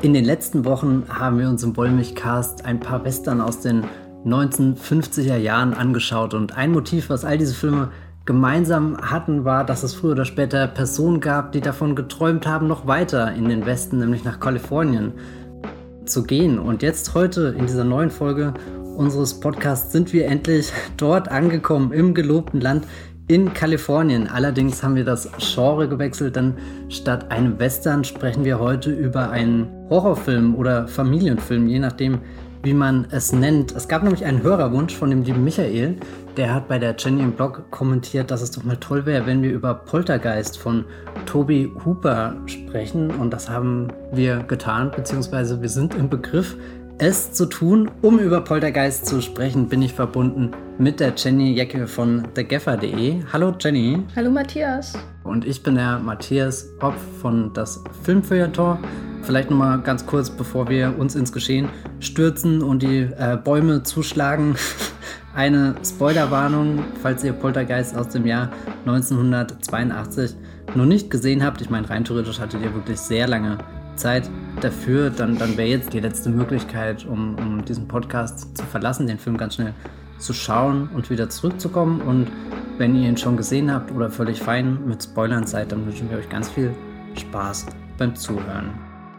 In den letzten Wochen haben wir uns im Wollmilchcast ein paar Western aus den 1950er Jahren angeschaut und ein Motiv, was all diese Filme gemeinsam hatten, war, dass es früher oder später Personen gab, die davon geträumt haben, noch weiter in den Westen, nämlich nach Kalifornien zu gehen. Und jetzt heute in dieser neuen Folge unseres Podcasts sind wir endlich dort angekommen, im gelobten Land in Kalifornien. Allerdings haben wir das Genre gewechselt, denn statt einem Western sprechen wir heute über einen Horrorfilm oder Familienfilm, je nachdem, wie man es nennt. Es gab nämlich einen Hörerwunsch von dem lieben Michael, der hat bei der Jenny im Blog kommentiert, dass es doch mal toll wäre, wenn wir über Poltergeist von Tobe Hooper sprechen. Und das haben wir getan, beziehungsweise wir sind im Begriff, es zu tun. Um über Poltergeist zu sprechen, bin ich verbunden mit der Jenny Jecke von thegaffer.de. Hallo Jenny. Hallo Matthias. Und ich bin der Matthias Hopf von das Filmfeuilleton. Vielleicht nochmal ganz kurz, bevor wir uns ins Geschehen stürzen und die Bäume zuschlagen. Eine Spoilerwarnung, falls ihr Poltergeist aus dem Jahr 1982 noch nicht gesehen habt. Ich meine, rein theoretisch hattet ihr wirklich sehr lange Zeit dafür. Dann wäre jetzt die letzte Möglichkeit, um diesen Podcast zu verlassen, den Film ganz schnell zu schauen und wieder zurückzukommen. Und wenn ihr ihn schon gesehen habt oder völlig fein mit Spoilern seid, dann wünschen wir euch ganz viel Spaß beim Zuhören.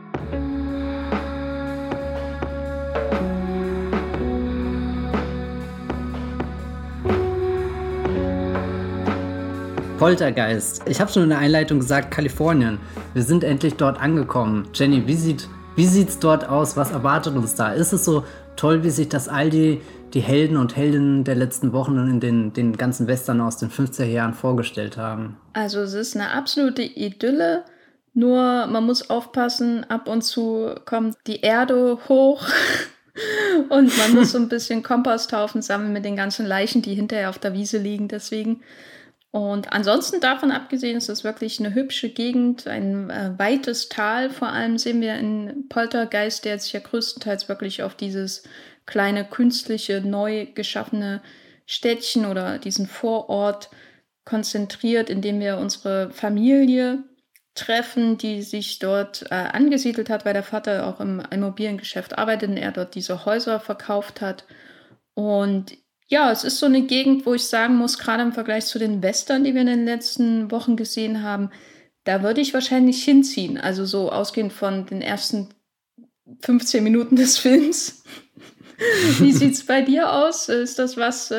Poltergeist. Ich habe schon in der Einleitung gesagt, Kalifornien. Wir sind endlich dort angekommen. Jenny, wie sieht's dort aus? Was erwartet uns da? Ist es so toll, wie sich das all die Helden und Heldinnen der letzten Wochen in den ganzen Western aus den 50er Jahren vorgestellt haben? Also es ist eine absolute Idylle, nur man muss aufpassen, ab und zu kommt die Erde hoch und man muss so ein bisschen Komposthaufen sammeln mit den ganzen Leichen, die hinterher auf der Wiese liegen, deswegen. Und ansonsten davon abgesehen ist es wirklich eine hübsche Gegend, ein weites Tal. Vor allem sehen wir in Poltergeist, der sich ja größtenteils wirklich auf dieses kleine, künstliche, neu geschaffene Städtchen oder diesen Vorort konzentriert, indem wir unsere Familie treffen, die sich dort angesiedelt hat, weil der Vater auch im Immobiliengeschäft arbeitet und er dort diese Häuser verkauft hat. Und ja, es ist so eine Gegend, wo ich sagen muss, gerade im Vergleich zu den Western, die wir in den letzten Wochen gesehen haben, da würde ich wahrscheinlich hinziehen. Also so ausgehend von den ersten 15 Minuten des Films. Wie sieht's bei dir aus? Ist das was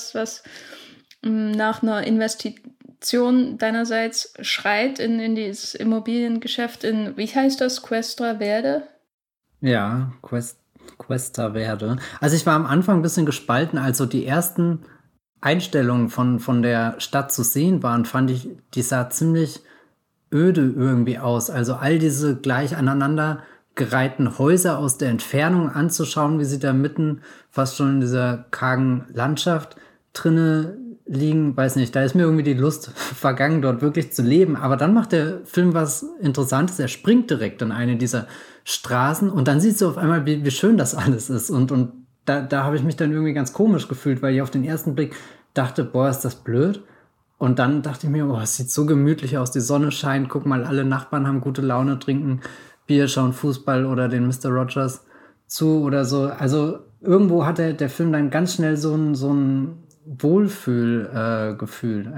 nach einer Investition deinerseits schreit in dieses Immobiliengeschäft in, wie heißt das, Cuesta Verde? Ja, Cuesta Verde. Also ich war am Anfang ein bisschen gespalten, als so die ersten Einstellungen von der Stadt zu sehen waren, fand ich, die sah ziemlich öde irgendwie aus. Also all diese gleich aneinander gereihten Häuser aus der Entfernung anzuschauen, wie sie da mitten fast schon in dieser kargen Landschaft drinne liegen, weiß nicht, da ist mir irgendwie die Lust vergangen, dort wirklich zu leben. Aber dann macht der Film was Interessantes. Er springt direkt in eine dieser Straßen und dann siehst du auf einmal, wie schön das alles ist. Und da habe ich mich dann irgendwie ganz komisch gefühlt, weil ich auf den ersten Blick dachte, boah, ist das blöd. Und dann dachte ich mir, boah, es sieht so gemütlich aus, die Sonne scheint, guck mal, alle Nachbarn haben gute Laune, trinken Bier, schauen Fußball oder den Mr. Rogers zu oder so. Also irgendwo hat der Film dann ganz schnell so ein Wohlfühlgefühl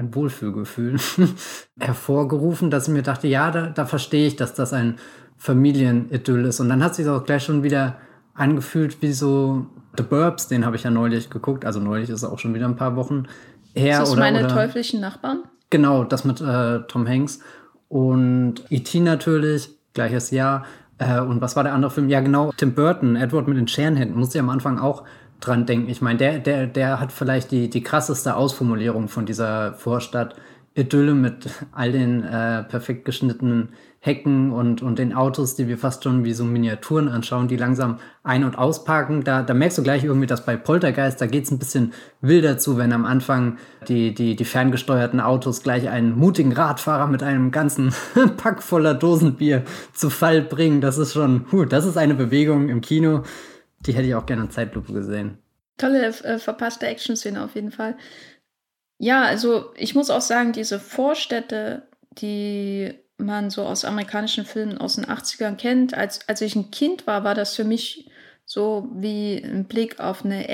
hervorgerufen, dass ich mir dachte, ja, da verstehe ich, dass das ein Familienidyll ist. Und dann hat sich auch gleich schon wieder angefühlt wie so The Burbs, den habe ich ja neulich geguckt. Also neulich ist auch schon wieder ein paar Wochen her. Ist das meine teuflischen Nachbarn? Genau, das mit Tom Hanks und E.T. natürlich, gleiches Jahr. Und was war der andere Film? Ja genau, Tim Burton, Edward mit den Scherenhänden, musste ich am Anfang auch dran denken. Ich meine, der hat vielleicht die krasseste Ausformulierung von dieser Vorstadt-Idylle mit all den perfekt geschnittenen Hecken und den Autos, die wir fast schon wie so Miniaturen anschauen, die langsam ein- und ausparken. Da merkst du gleich irgendwie, dass bei Poltergeist, da geht's ein bisschen wilder zu, wenn am Anfang die ferngesteuerten Autos gleich einen mutigen Radfahrer mit einem ganzen Pack voller Dosenbier zu Fall bringen. Das ist schon, das ist eine Bewegung im Kino, die hätte ich auch gerne in Zeitlupe gesehen. Tolle verpasste Action-Szene auf jeden Fall. Ja, also ich muss auch sagen, diese Vorstädte, die man so aus amerikanischen Filmen aus den 80ern kennt. Als ich ein Kind war das für mich so wie ein Blick auf einen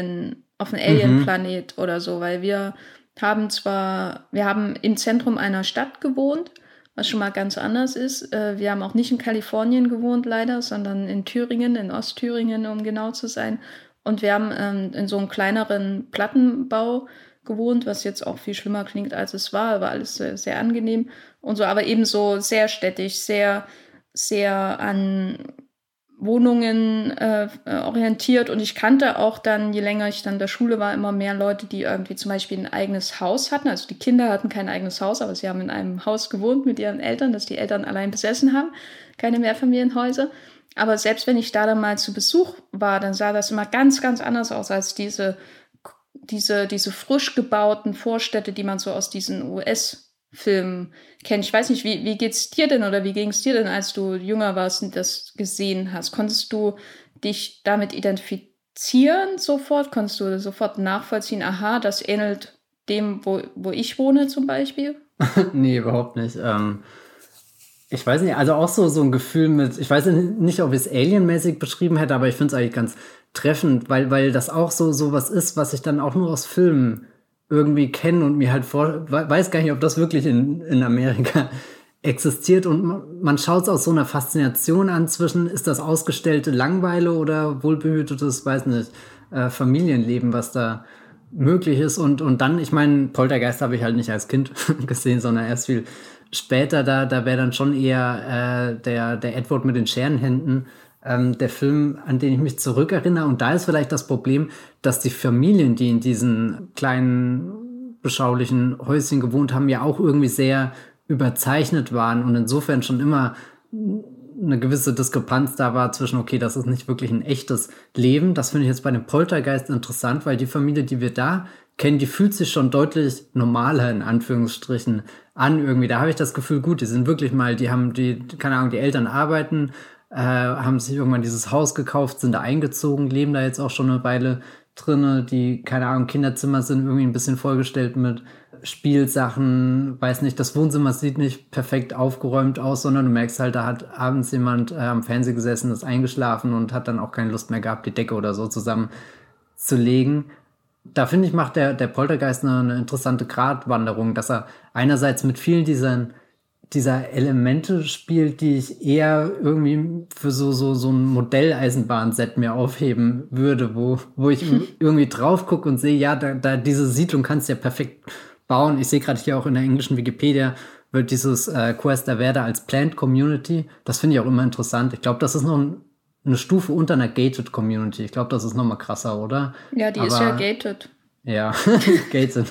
Mhm. Alien-Planet oder so, weil wir haben im Zentrum einer Stadt gewohnt, was schon mal ganz anders ist. Wir haben auch nicht in Kalifornien gewohnt, leider, sondern in Thüringen, in Ostthüringen, um genau zu sein. Und wir haben in so einem kleineren Plattenbau gewohnt, was jetzt auch viel schlimmer klingt, als es war alles sehr, sehr angenehm und so, aber eben so sehr städtisch, sehr, sehr an Wohnungen orientiert. Und ich kannte auch dann, je länger ich dann in der Schule war, immer mehr Leute, die irgendwie zum Beispiel ein eigenes Haus hatten. Also die Kinder hatten kein eigenes Haus, aber sie haben in einem Haus gewohnt mit ihren Eltern, das die Eltern allein besessen haben. Keine Mehrfamilienhäuser. Aber selbst wenn ich da dann mal zu Besuch war, dann sah das immer ganz, ganz anders aus als diese frisch gebauten Vorstädte, die man so aus diesen US-Filmen kennt. Ich weiß nicht, wie geht's dir denn oder wie ging es dir denn, als du jünger warst und das gesehen hast? Konntest du dich damit identifizieren sofort? Konntest du sofort nachvollziehen, aha, das ähnelt dem, wo ich wohne zum Beispiel? Nee, überhaupt nicht. Ich weiß nicht, also auch so ein Gefühl mit, ich weiß nicht, ob ich es alienmäßig beschrieben hätte, aber ich finde es eigentlich ganz treffend, weil das auch so was ist, was ich dann auch nur aus Filmen irgendwie kenne und mir halt weiß gar nicht, ob das wirklich in Amerika existiert und man schaut es aus so einer Faszination an zwischen, ist das ausgestellte Langweile oder wohlbehütetes, weiß nicht, Familienleben, was da möglich ist und dann, ich meine, Poltergeist habe ich halt nicht als Kind gesehen, sondern erst viel später, da wäre dann schon eher der Edward mit den Scherenhänden der Film, an den ich mich zurückerinnere. Und da ist vielleicht das Problem, dass die Familien, die in diesen kleinen, beschaulichen Häuschen gewohnt haben, ja auch irgendwie sehr überzeichnet waren und insofern schon immer eine gewisse Diskrepanz da war zwischen, okay, das ist nicht wirklich ein echtes Leben. Das finde ich jetzt bei dem Poltergeist interessant, weil die Familie, die wir da kennen, die fühlt sich schon deutlich normaler, in Anführungsstrichen, an irgendwie. Da habe ich das Gefühl, gut, die sind wirklich mal, keine Ahnung, die Eltern arbeiten, haben sich irgendwann dieses Haus gekauft, sind da eingezogen, leben da jetzt auch schon eine Weile drinne, die, keine Ahnung, Kinderzimmer sind irgendwie ein bisschen vollgestellt mit Spielsachen, weiß nicht, das Wohnzimmer sieht nicht perfekt aufgeräumt aus, sondern du merkst halt, da hat abends jemand am Fernseher gesessen, ist eingeschlafen und hat dann auch keine Lust mehr gehabt, die Decke oder so zusammenzulegen. Da finde ich, macht der Poltergeist eine interessante Gratwanderung, dass er einerseits mit vielen dieser Elemente spielt, die ich eher irgendwie für so ein Modelleisenbahnset mir aufheben würde, wo ich irgendwie drauf gucke und sehe, ja, da diese Siedlung kannst du ja perfekt bauen. Ich sehe gerade hier auch in der englischen Wikipedia wird dieses Cuesta Verde als Planned Community. Das finde ich auch immer interessant. Ich glaube, das ist noch eine Stufe unter einer Gated Community. Ich glaube, das ist noch mal krasser, oder? Ja, die ist ja gated. Ja, gated.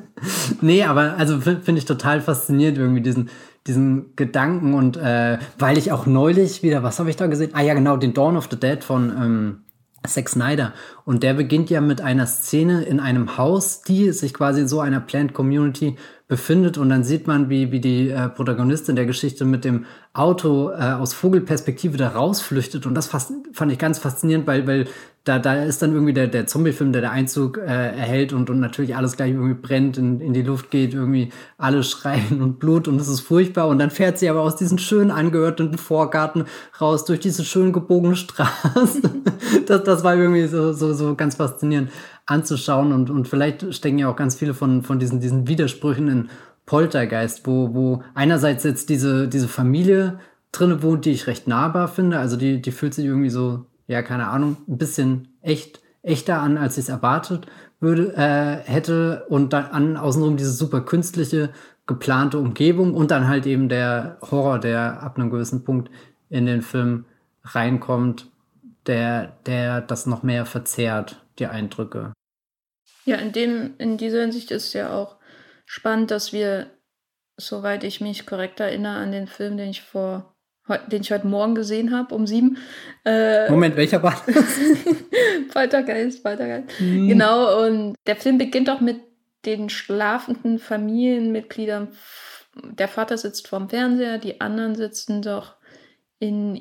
Nee, aber also finde ich total faszinierend irgendwie diesen Gedanken und weil ich auch neulich wieder, was habe ich da gesehen? Ah ja, genau, den Dawn of the Dead von Zack Snyder. Und der beginnt ja mit einer Szene in einem Haus, die sich quasi in so einer Planned Community befindet. Und dann sieht man, wie die Protagonistin der Geschichte mit dem Auto aus Vogelperspektive da rausflüchtet. Und das fand ich ganz faszinierend, weil da ist dann irgendwie der Zombie-Film, der Einzug erhält und natürlich alles gleich irgendwie brennt, in die Luft geht, irgendwie alle schreien und Blut und es ist furchtbar. Und dann fährt sie aber aus diesem schön angeordneten Vorgarten raus durch diese schön gebogene Straße. Das war irgendwie so ganz faszinierend anzuschauen und vielleicht stecken ja auch ganz viele von diesen Widersprüchen in Poltergeist, wo einerseits jetzt diese Familie drinne wohnt, die ich recht nahbar finde, also die fühlt sich irgendwie so, ja, keine Ahnung, ein bisschen echter an, als ich es erwartet hätte und dann außenrum diese super künstliche, geplante Umgebung und dann halt eben der Horror, der ab einem gewissen Punkt in den Film reinkommt, der das noch mehr verzerrt, die Eindrücke. Ja, in dieser Hinsicht ist ja auch spannend, dass wir, soweit ich mich korrekt erinnere, an den Film, den ich heute Morgen gesehen habe, um 7. Moment, welcher war das? Poltergeist. Genau, und der Film beginnt auch mit den schlafenden Familienmitgliedern. Der Vater sitzt vorm Fernseher, die anderen sitzen doch sind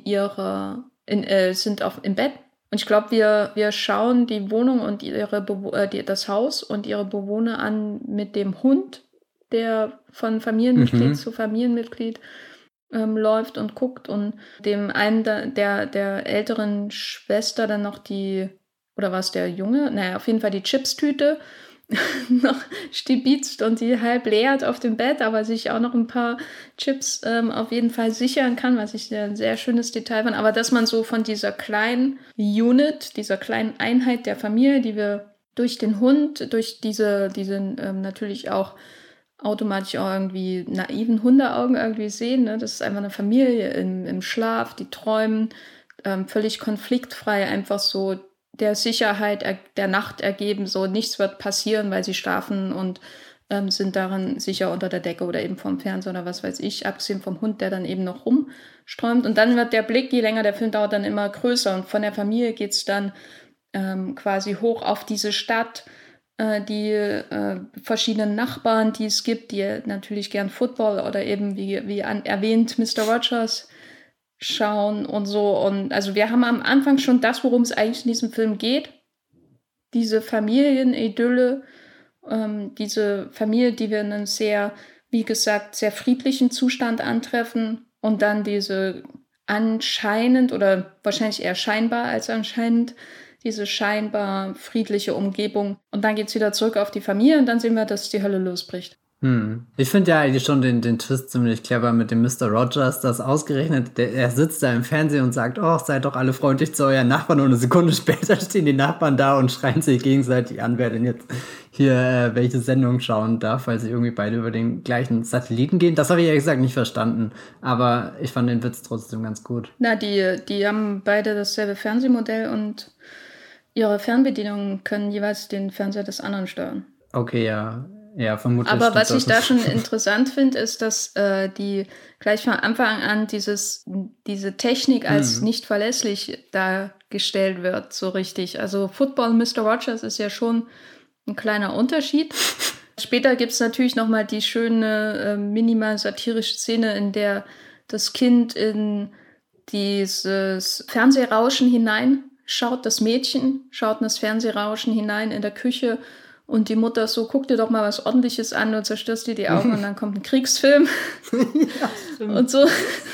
im Bett. Und ich glaube, wir schauen die Wohnung und das Haus und ihre Bewohner an mit dem Hund, der von Familienmitglied zu Familienmitglied läuft und guckt und dem einen der älteren Schwester dann noch oder war es der Junge? Naja, auf jeden Fall die Chipstüte noch stibitzt und die halb leert auf dem Bett, aber sich auch noch ein paar Chips auf jeden Fall sichern kann, was ich ein sehr schönes Detail fand. Aber dass man so von dieser kleinen Unit, dieser kleinen Einheit der Familie, die wir durch den Hund, durch diese natürlich auch automatisch auch irgendwie naiven Hundeaugen irgendwie sehen. Ne? Das ist einfach eine Familie im Schlaf, die träumen, völlig konfliktfrei, einfach so der Sicherheit der Nacht ergeben, so nichts wird passieren, weil sie schlafen und sind darin sicher unter der Decke oder eben vom Fernseher oder was weiß ich, abgesehen vom Hund, der dann eben noch rumsträumt. Und dann wird der Blick, je länger der Film dauert, dann immer größer und von der Familie geht es dann quasi hoch auf diese Stadt, die verschiedenen Nachbarn, die es gibt, die natürlich gern Football oder eben wie erwähnt Mr. Rogers schauen und so. Und also wir haben am Anfang schon das, worum es eigentlich in diesem Film geht. Diese Familienidylle, diese Familie, die wir in einem sehr, wie gesagt, sehr friedlichen Zustand antreffen und dann diese anscheinend oder wahrscheinlich eher scheinbar als anscheinend diese scheinbar friedliche Umgebung. Und dann geht es wieder zurück auf die Familie und dann sehen wir, dass die Hölle losbricht. Ich finde ja eigentlich schon den Twist ziemlich clever mit dem Mr. Rogers, dass ausgerechnet, er sitzt da im Fernsehen und sagt, oh, seid doch alle freundlich zu euren Nachbarn und eine Sekunde später stehen die Nachbarn da und schreien sich gegenseitig an, wer denn jetzt hier welche Sendung schauen darf, weil sie irgendwie beide über den gleichen Satelliten gehen. Das habe ich ehrlich gesagt nicht verstanden, aber ich fand den Witz trotzdem ganz gut. Na, die haben beide dasselbe Fernsehmodell und ihre Fernbedienungen können jeweils den Fernseher des anderen steuern. Okay, ja. Ja, vermutlich. Aber was ich da schon interessant finde, ist, dass die gleich von Anfang an diese Technik als nicht verlässlich dargestellt wird, so richtig. Also Football Mr. Rogers ist ja schon ein kleiner Unterschied. Später gibt es natürlich nochmal die schöne, minimal satirische Szene, in der das Kind in dieses Fernsehrauschen hineinschaut, das Mädchen schaut in das Fernsehrauschen hinein in der Küche. Und die Mutter so, guck dir doch mal was Ordentliches an, du zerstörst dir die Augen und dann kommt ein Kriegsfilm. Ja, und so.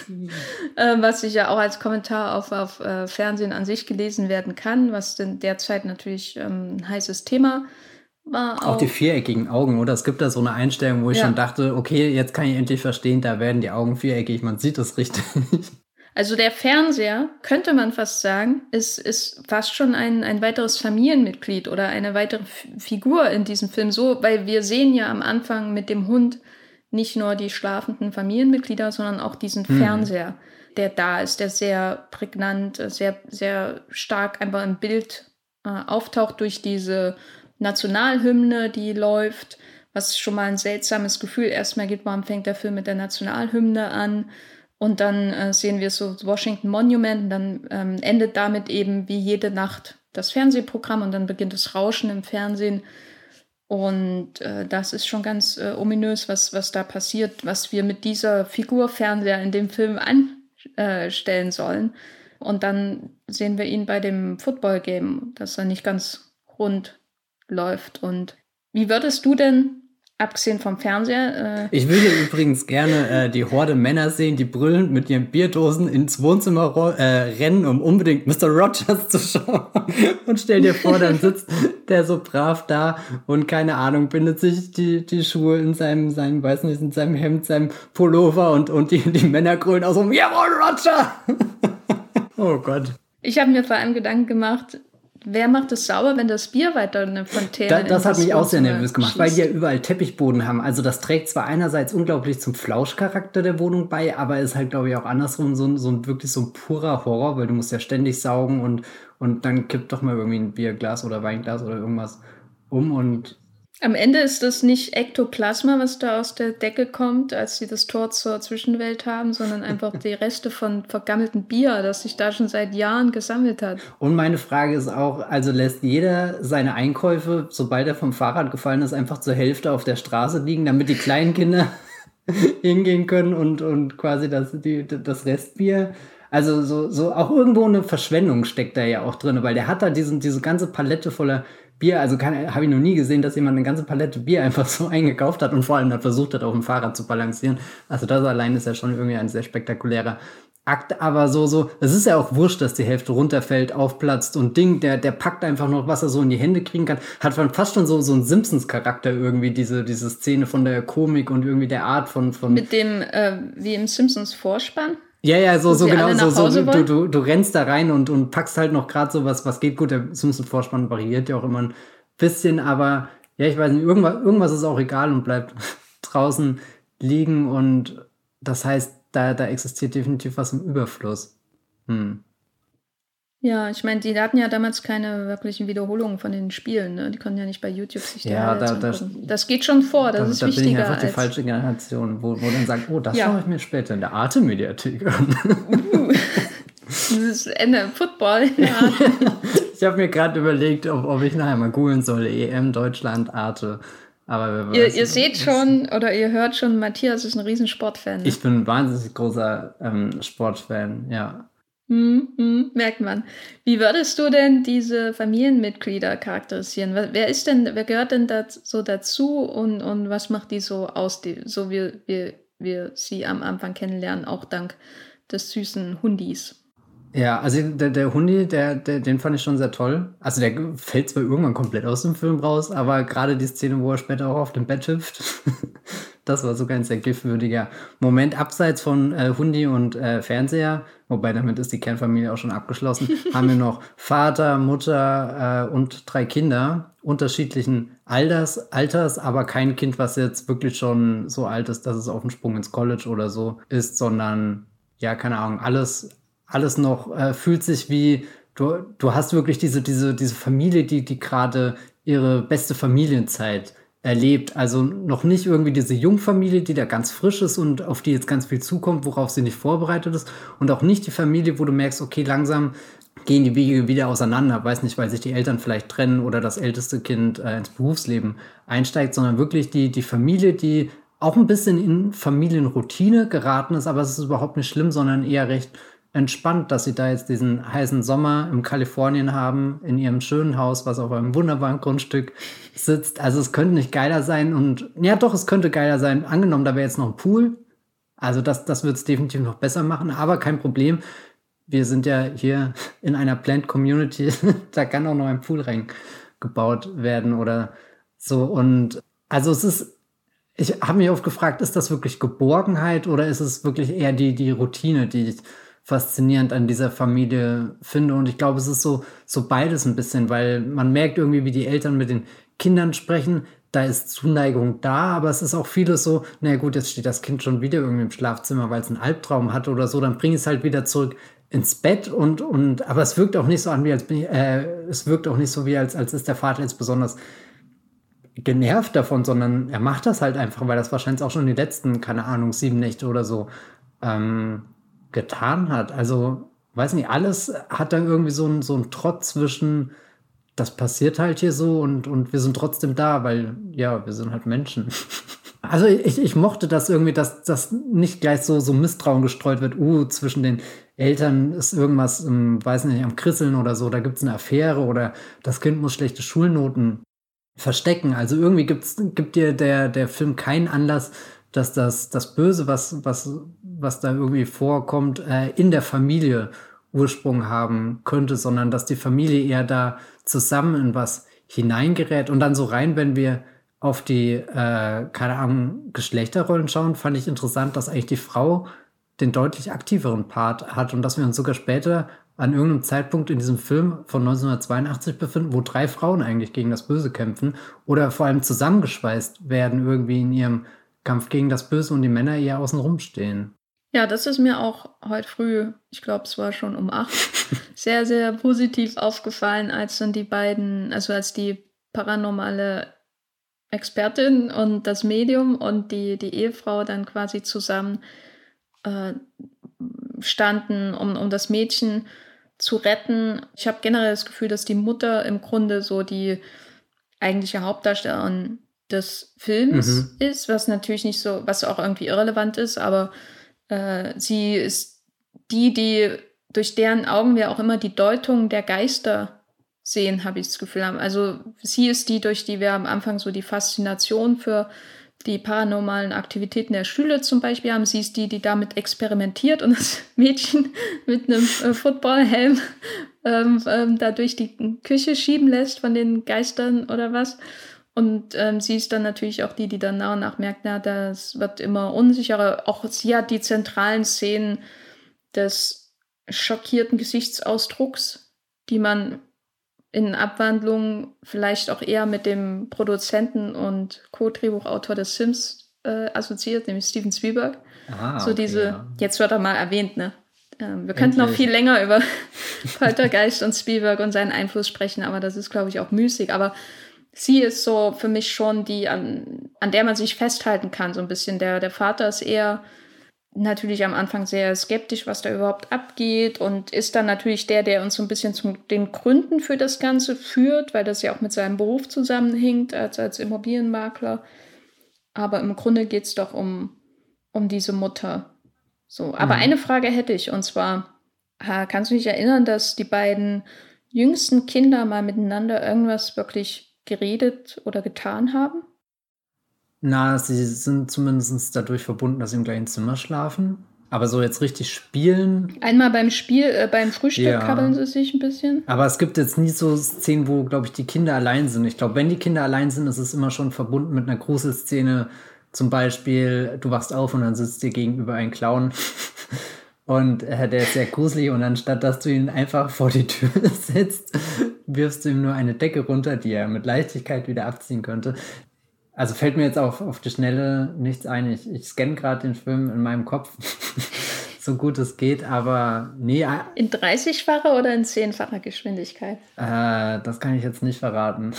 Was sich ja auch als Kommentar auf Fernsehen an sich gelesen werden kann, was denn derzeit natürlich ein heißes Thema war. Auch die viereckigen Augen, oder? Es gibt da so eine Einstellung, wo ich schon dachte, okay, jetzt kann ich endlich verstehen, da werden die Augen viereckig, man sieht es richtig. Also der Fernseher, könnte man fast sagen, ist fast schon ein weiteres Familienmitglied oder eine weitere Figur in diesem Film. So, weil wir sehen ja am Anfang mit dem Hund nicht nur die schlafenden Familienmitglieder, sondern auch diesen Fernseher, der da ist, der sehr prägnant, sehr, sehr stark einfach im Bild auftaucht durch diese Nationalhymne, die läuft, was schon mal ein seltsames Gefühl erstmal gibt. Warum fängt der Film mit der Nationalhymne an? Und dann sehen wir so das Washington Monument und dann endet damit eben wie jede Nacht das Fernsehprogramm und dann beginnt das Rauschen im Fernsehen. Und das ist schon ganz ominös, was da passiert, was wir mit dieser Figur Fernseher in dem Film anstellen sollen. Und dann sehen wir ihn bei dem Football-Game, dass er nicht ganz rund läuft. Und wie würdest du denn, abgesehen vom Fernseher... Ich würde übrigens gerne die Horde Männer sehen, die brüllend mit ihren Bierdosen ins Wohnzimmer rennen, um unbedingt Mr. Rogers zu schauen. Und stell dir vor, dann sitzt der so brav da und keine Ahnung, bindet sich die Schuhe in seinem weiß nicht, in seinem Hemd, seinem Pullover und die Männer grölen aus so, jawohl, Roger! Oh Gott. Ich habe mir vor allem Gedanken gemacht, wer macht es sauber, wenn das Bier weiter eine Fontäne Das hat mich auch sehr nervös gemacht, weil die ja überall Teppichboden haben. Also das trägt zwar einerseits unglaublich zum Flauschcharakter der Wohnung bei, aber ist halt, glaube ich, auch andersrum so ein wirklich so ein purer Horror, weil du musst ja ständig saugen und dann kippt doch mal irgendwie ein Bierglas oder Weinglas oder irgendwas um und... Am Ende ist das nicht Ektoplasma, was da aus der Decke kommt, als sie das Tor zur Zwischenwelt haben, sondern einfach die Reste von vergammeltem Bier, das sich da schon seit Jahren gesammelt hat. Und meine Frage ist auch, also lässt jeder seine Einkäufe, sobald er vom Fahrrad gefallen ist, einfach zur Hälfte auf der Straße liegen, damit die kleinen Kinder hingehen können und quasi das Restbier... Also so auch irgendwo eine Verschwendung steckt da ja auch drin, weil der hat da diese ganze Palette voller Bier, also habe ich noch nie gesehen, dass jemand eine ganze Palette Bier einfach so eingekauft hat und vor allem dann versucht hat, auf dem Fahrrad zu balancieren. Also das allein ist ja schon irgendwie ein sehr spektakulärer Akt, aber es ist ja auch wurscht, dass die Hälfte runterfällt, aufplatzt und der packt einfach noch, was er so in die Hände kriegen kann. Hat fast schon so einen Simpsons-Charakter irgendwie, diese Szene von der Komik und irgendwie der Art von Mit dem, wie im Simpsons-Vorspann? Ja, so genau, du rennst da rein und packst halt noch gerade so was geht gut. Der Simpsons-Vorspann variiert ja auch immer ein bisschen, aber ja, ich weiß nicht, irgendwas ist auch egal und bleibt draußen liegen und das heißt, da existiert definitiv was im Überfluss. Ja, ich meine, die hatten ja damals keine wirklichen Wiederholungen von den Spielen, ne? Die konnten ja nicht bei YouTube sich die Highlights angucken. Das geht schon vor, das ist wichtiger. Da bin ich einfach die falsche Generation, wo dann sagt, oh, das schaue ich mir später in der Arte-Mediathek an. Dieses Ende Football. Ja. Ich habe mir gerade überlegt, ob ich nachher mal googeln soll, EM Deutschland, Arte. Aber ihr seht schon oder ihr hört schon, Matthias ist ein riesen Sportfan. Ne? Ich bin ein wahnsinnig großer Sportfan, ja. Merkt man. Wie würdest du denn diese Familienmitglieder charakterisieren? Wer gehört denn so dazu und was macht die so aus, so wie wir sie am Anfang kennenlernen, auch dank des süßen Hundis? Ja, also der Hundi, den fand ich schon sehr toll. Also der fällt zwar irgendwann komplett aus dem Film raus, aber gerade die Szene, wo er später auch auf dem Bett hüpft, das war sogar ein sehr griffwürdiger Moment. Abseits von Hundi und Fernseher, wobei damit ist die Kernfamilie auch schon abgeschlossen, haben wir noch Vater, Mutter und 3 Kinder unterschiedlichen Alters, aber kein Kind, was jetzt wirklich schon so alt ist, dass es auf dem Sprung ins College oder so ist, sondern, ja, keine Ahnung, alles noch fühlt sich wie, du hast wirklich diese Familie, die gerade ihre beste Familienzeit erlebt. Also noch nicht irgendwie diese Jungfamilie, die da ganz frisch ist und auf die jetzt ganz viel zukommt, worauf sie nicht vorbereitet ist. Und auch nicht die Familie, wo du merkst, okay, langsam gehen die Wege wieder auseinander. Weiß nicht, weil sich die Eltern vielleicht trennen oder das älteste Kind ins Berufsleben einsteigt, sondern wirklich die Familie, die auch ein bisschen in Familienroutine geraten ist, aber es ist überhaupt nicht schlimm, sondern eher recht entspannt, dass sie da jetzt diesen heißen Sommer in Kalifornien haben, in ihrem schönen Haus, was auf einem wunderbaren Grundstück sitzt. Also es könnte nicht geiler sein und ja doch, es könnte geiler sein. Angenommen, da wäre jetzt noch ein Pool. Also das wird es definitiv noch besser machen, aber kein Problem. Wir sind ja hier in einer Planned Community, da kann auch noch ein Pool reingebaut werden oder so. Und also ich habe mich oft gefragt, ist das wirklich Geborgenheit oder ist es wirklich eher die Routine, die ich faszinierend an dieser Familie finde. Und ich glaube, es ist so beides ein bisschen, weil man merkt irgendwie, wie die Eltern mit den Kindern sprechen. Da ist Zuneigung da, aber es ist auch vieles so, naja gut, jetzt steht das Kind schon wieder irgendwie im Schlafzimmer, weil es einen Albtraum hat oder so, dann bring es halt wieder zurück ins Bett aber es wirkt auch nicht so an, als ist der Vater jetzt besonders genervt davon, sondern er macht das halt einfach, weil das wahrscheinlich auch schon die letzten, keine Ahnung, 7 Nächte oder so getan hat. Also, weiß nicht, alles hat dann irgendwie so ein Trotz zwischen, das passiert halt hier so und wir sind trotzdem da, weil, ja, wir sind halt Menschen. Also ich mochte das irgendwie, dass das nicht gleich so Misstrauen gestreut wird, zwischen den Eltern ist irgendwas, weiß nicht, am Krisseln oder so, da gibt es eine Affäre oder das Kind muss schlechte Schulnoten verstecken. Also irgendwie gibt dir der Film keinen Anlass, dass das Böse, was da irgendwie vorkommt, in der Familie Ursprung haben könnte, sondern dass die Familie eher da zusammen in was hineingerät. Und dann so rein, wenn wir auf die, keine Ahnung, Geschlechterrollen schauen, fand ich interessant, dass eigentlich die Frau den deutlich aktiveren Part hat und dass wir uns sogar später an irgendeinem Zeitpunkt in diesem Film von 1982 befinden, wo 3 Frauen eigentlich gegen das Böse kämpfen oder vor allem zusammengeschweißt werden irgendwie in ihrem Kampf gegen das Böse und die Männer eher außen rum stehen. Ja, das ist mir auch heute früh, ich glaube, es war schon um 8, sehr, sehr positiv aufgefallen, als dann die beiden, also als die paranormale Expertin und das Medium und die Ehefrau dann quasi zusammen standen, um das Mädchen zu retten. Ich habe generell das Gefühl, dass die Mutter im Grunde so die eigentliche Hauptdarstellerin des Films ist, was natürlich nicht so, was auch irgendwie irrelevant ist, aber sie ist die durch deren Augen wir auch immer die Deutung der Geister sehen, habe ich das Gefühl. Also sie ist die, durch die wir am Anfang so die Faszination für die paranormalen Aktivitäten der Schüler zum Beispiel haben. Sie ist die, die damit experimentiert und das Mädchen mit einem Footballhelm da durch die Küche schieben lässt von den Geistern oder was. Und sie ist dann natürlich auch die, die dann nach und nach merkt, na, das wird immer unsicherer. Auch sie hat die zentralen Szenen des schockierten Gesichtsausdrucks, die man in Abwandlung vielleicht auch eher mit dem Produzenten und Co-Drehbuchautor des Sims assoziiert, nämlich Steven Spielberg. So okay, diese, jetzt wird er mal erwähnt, ne? Wir könnten noch viel länger über Poltergeist und Spielberg und seinen Einfluss sprechen, aber das ist, glaube ich, auch müßig. Aber sie ist so für mich schon die, an der man sich festhalten kann, so ein bisschen. Der Vater ist eher natürlich am Anfang sehr skeptisch, was da überhaupt abgeht und ist dann natürlich der uns so ein bisschen zu den Gründen für das Ganze führt, weil das ja auch mit seinem Beruf zusammenhängt als Immobilienmakler. Aber im Grunde geht es doch um diese Mutter. So, aber eine Frage hätte ich, und zwar, kannst du dich erinnern, dass die beiden jüngsten Kinder mal miteinander irgendwas wirklich geredet oder getan haben? Na, sie sind zumindest dadurch verbunden, dass sie im gleichen Zimmer schlafen. Aber so jetzt richtig spielen. Einmal beim Frühstück kabbeln sie sich ein bisschen. Aber es gibt jetzt nie so Szenen, wo, glaube ich, die Kinder allein sind. Ich glaube, wenn die Kinder allein sind, ist es immer schon verbunden mit einer Gruselszene. Zum Beispiel, du wachst auf und dann sitzt dir gegenüber ein Clown. Und der ist sehr gruselig. Und anstatt, dass du ihn einfach vor die Tür setzt, wirfst du ihm nur eine Decke runter, die er mit Leichtigkeit wieder abziehen könnte. Also fällt mir jetzt auf die Schnelle nichts ein. Ich scanne gerade den Film in meinem Kopf, so gut es geht, aber nee. In 30-facher oder in 10-facher Geschwindigkeit? Das kann ich jetzt nicht verraten.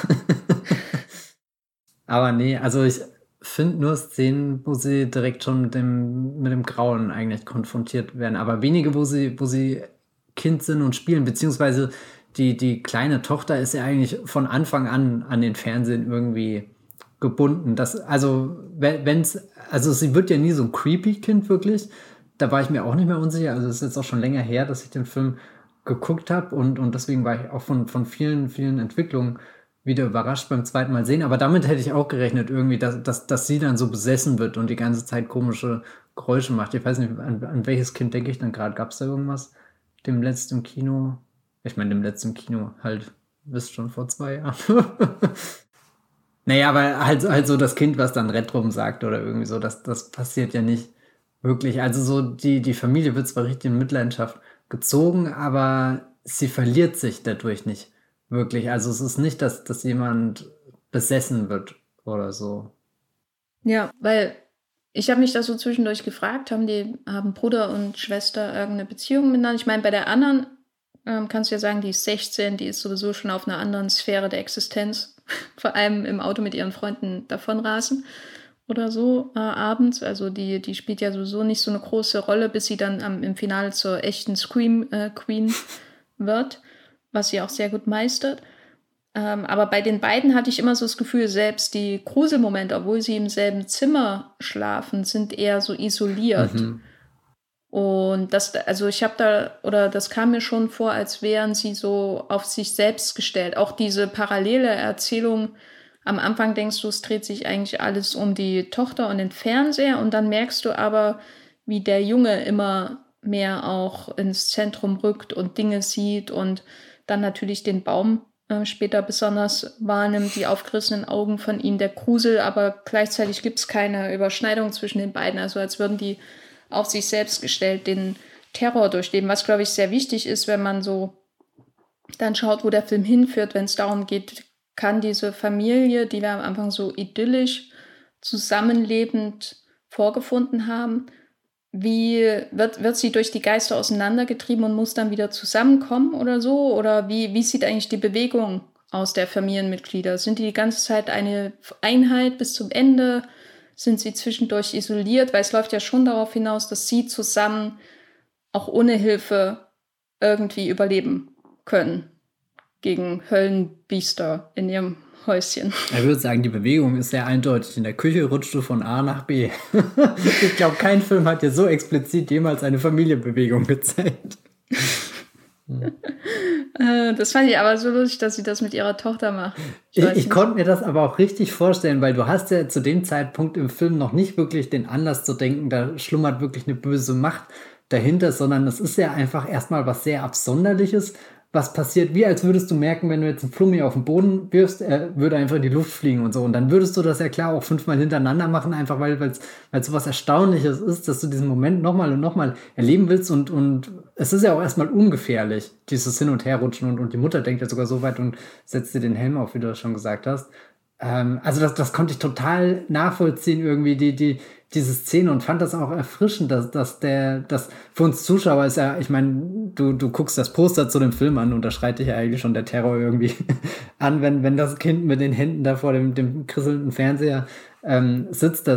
Aber nee, also ich finde nur Szenen, wo sie direkt schon mit dem Grauen eigentlich konfrontiert werden, aber wenige, wo sie Kind sind und spielen, beziehungsweise die kleine Tochter ist ja eigentlich von Anfang an den Fernsehen irgendwie gebunden. Also sie wird ja nie so ein creepy Kind wirklich. Da war ich mir auch nicht mehr unsicher. Also es ist jetzt auch schon länger her, dass ich den Film geguckt habe und deswegen war ich auch von vielen, vielen Entwicklungen wieder überrascht beim zweiten Mal sehen. Aber damit hätte ich auch gerechnet irgendwie, dass sie dann so besessen wird und die ganze Zeit komische Geräusche macht. Ich weiß nicht, an welches Kind denke ich dann gerade? Gab es da irgendwas? Dem letzten Kino? Ich meine, dem letzten Kino halt, wisst schon, vor 2 Jahren. Naja, aber halt so das Kind, was dann Retrum sagt oder irgendwie so, das passiert ja nicht wirklich. Also so die Familie wird zwar richtig in Mitleidenschaft gezogen, aber sie verliert sich dadurch nicht wirklich. Also es ist nicht, dass jemand besessen wird oder so. Ja, weil ich habe mich da so zwischendurch gefragt, haben Bruder und Schwester irgendeine Beziehung miteinander? Ich meine, bei der anderen kannst du ja sagen, die ist 16, die ist sowieso schon auf einer anderen Sphäre der Existenz. Vor allem im Auto mit ihren Freunden davonrasen oder so abends. Also die spielt ja sowieso nicht so eine große Rolle, bis sie dann im Finale zur echten Scream Queen wird, was sie auch sehr gut meistert. Aber bei den beiden hatte ich immer so das Gefühl, selbst die Gruselmomente, obwohl sie im selben Zimmer schlafen, sind eher so isoliert. Und das kam mir schon vor, als wären sie so auf sich selbst gestellt. Auch diese parallele Erzählung, am Anfang denkst du, es dreht sich eigentlich alles um die Tochter und den Fernseher und dann merkst du aber, wie der Junge immer mehr auch ins Zentrum rückt und Dinge sieht und dann natürlich den Baum später besonders wahrnimmt, die aufgerissenen Augen von ihm, der Grusel, aber gleichzeitig gibt es keine Überschneidung zwischen den beiden, also als würden die auf sich selbst gestellt den Terror durchleben, was, glaube ich, sehr wichtig ist, wenn man so dann schaut, wo der Film hinführt, wenn es darum geht, kann diese Familie, die wir am Anfang so idyllisch zusammenlebend vorgefunden haben, wie wird sie durch die Geister auseinandergetrieben und muss dann wieder zusammenkommen oder so? Oder wie sieht eigentlich die Bewegung aus der Familienmitglieder? Sind die ganze Zeit eine Einheit bis zum Ende? Sind sie zwischendurch isoliert? Weil es läuft ja schon darauf hinaus, dass sie zusammen auch ohne Hilfe irgendwie überleben können gegen Höllenbiester in ihrem Häuschen. Ich würde sagen, die Bewegung ist sehr eindeutig. In der Küche rutschst du von A nach B. Ich glaube, kein Film hat dir so explizit jemals eine Familienbewegung gezeigt. Das fand ich aber so lustig, dass sie das mit ihrer Tochter macht. Ich konnte mir das aber auch richtig vorstellen, weil du hast ja zu dem Zeitpunkt im Film noch nicht wirklich den Anlass zu denken, da schlummert wirklich eine böse Macht dahinter, sondern es ist ja einfach erstmal was sehr Absonderliches, was passiert, wie als würdest du merken, wenn du jetzt einen Flummi auf den Boden wirfst, er würde einfach in die Luft fliegen und so. Und dann würdest du das ja klar auch 5-mal hintereinander machen, einfach weil es so was Erstaunliches ist, dass du diesen Moment nochmal und nochmal erleben willst. Und es ist ja auch erstmal ungefährlich, dieses Hin- und Herrutschen. Und die Mutter denkt ja sogar so weit und setzt dir den Helm auf, wie du das schon gesagt hast. Also das konnte ich total nachvollziehen, irgendwie diese Szene, und fand das auch erfrischend, dass für uns Zuschauer ist ja, ich meine, du guckst das Poster zu dem Film an und da schreit dich ja eigentlich schon der Terror irgendwie an, wenn das Kind mit den Händen da vor dem krisselnden Fernseher sitzt.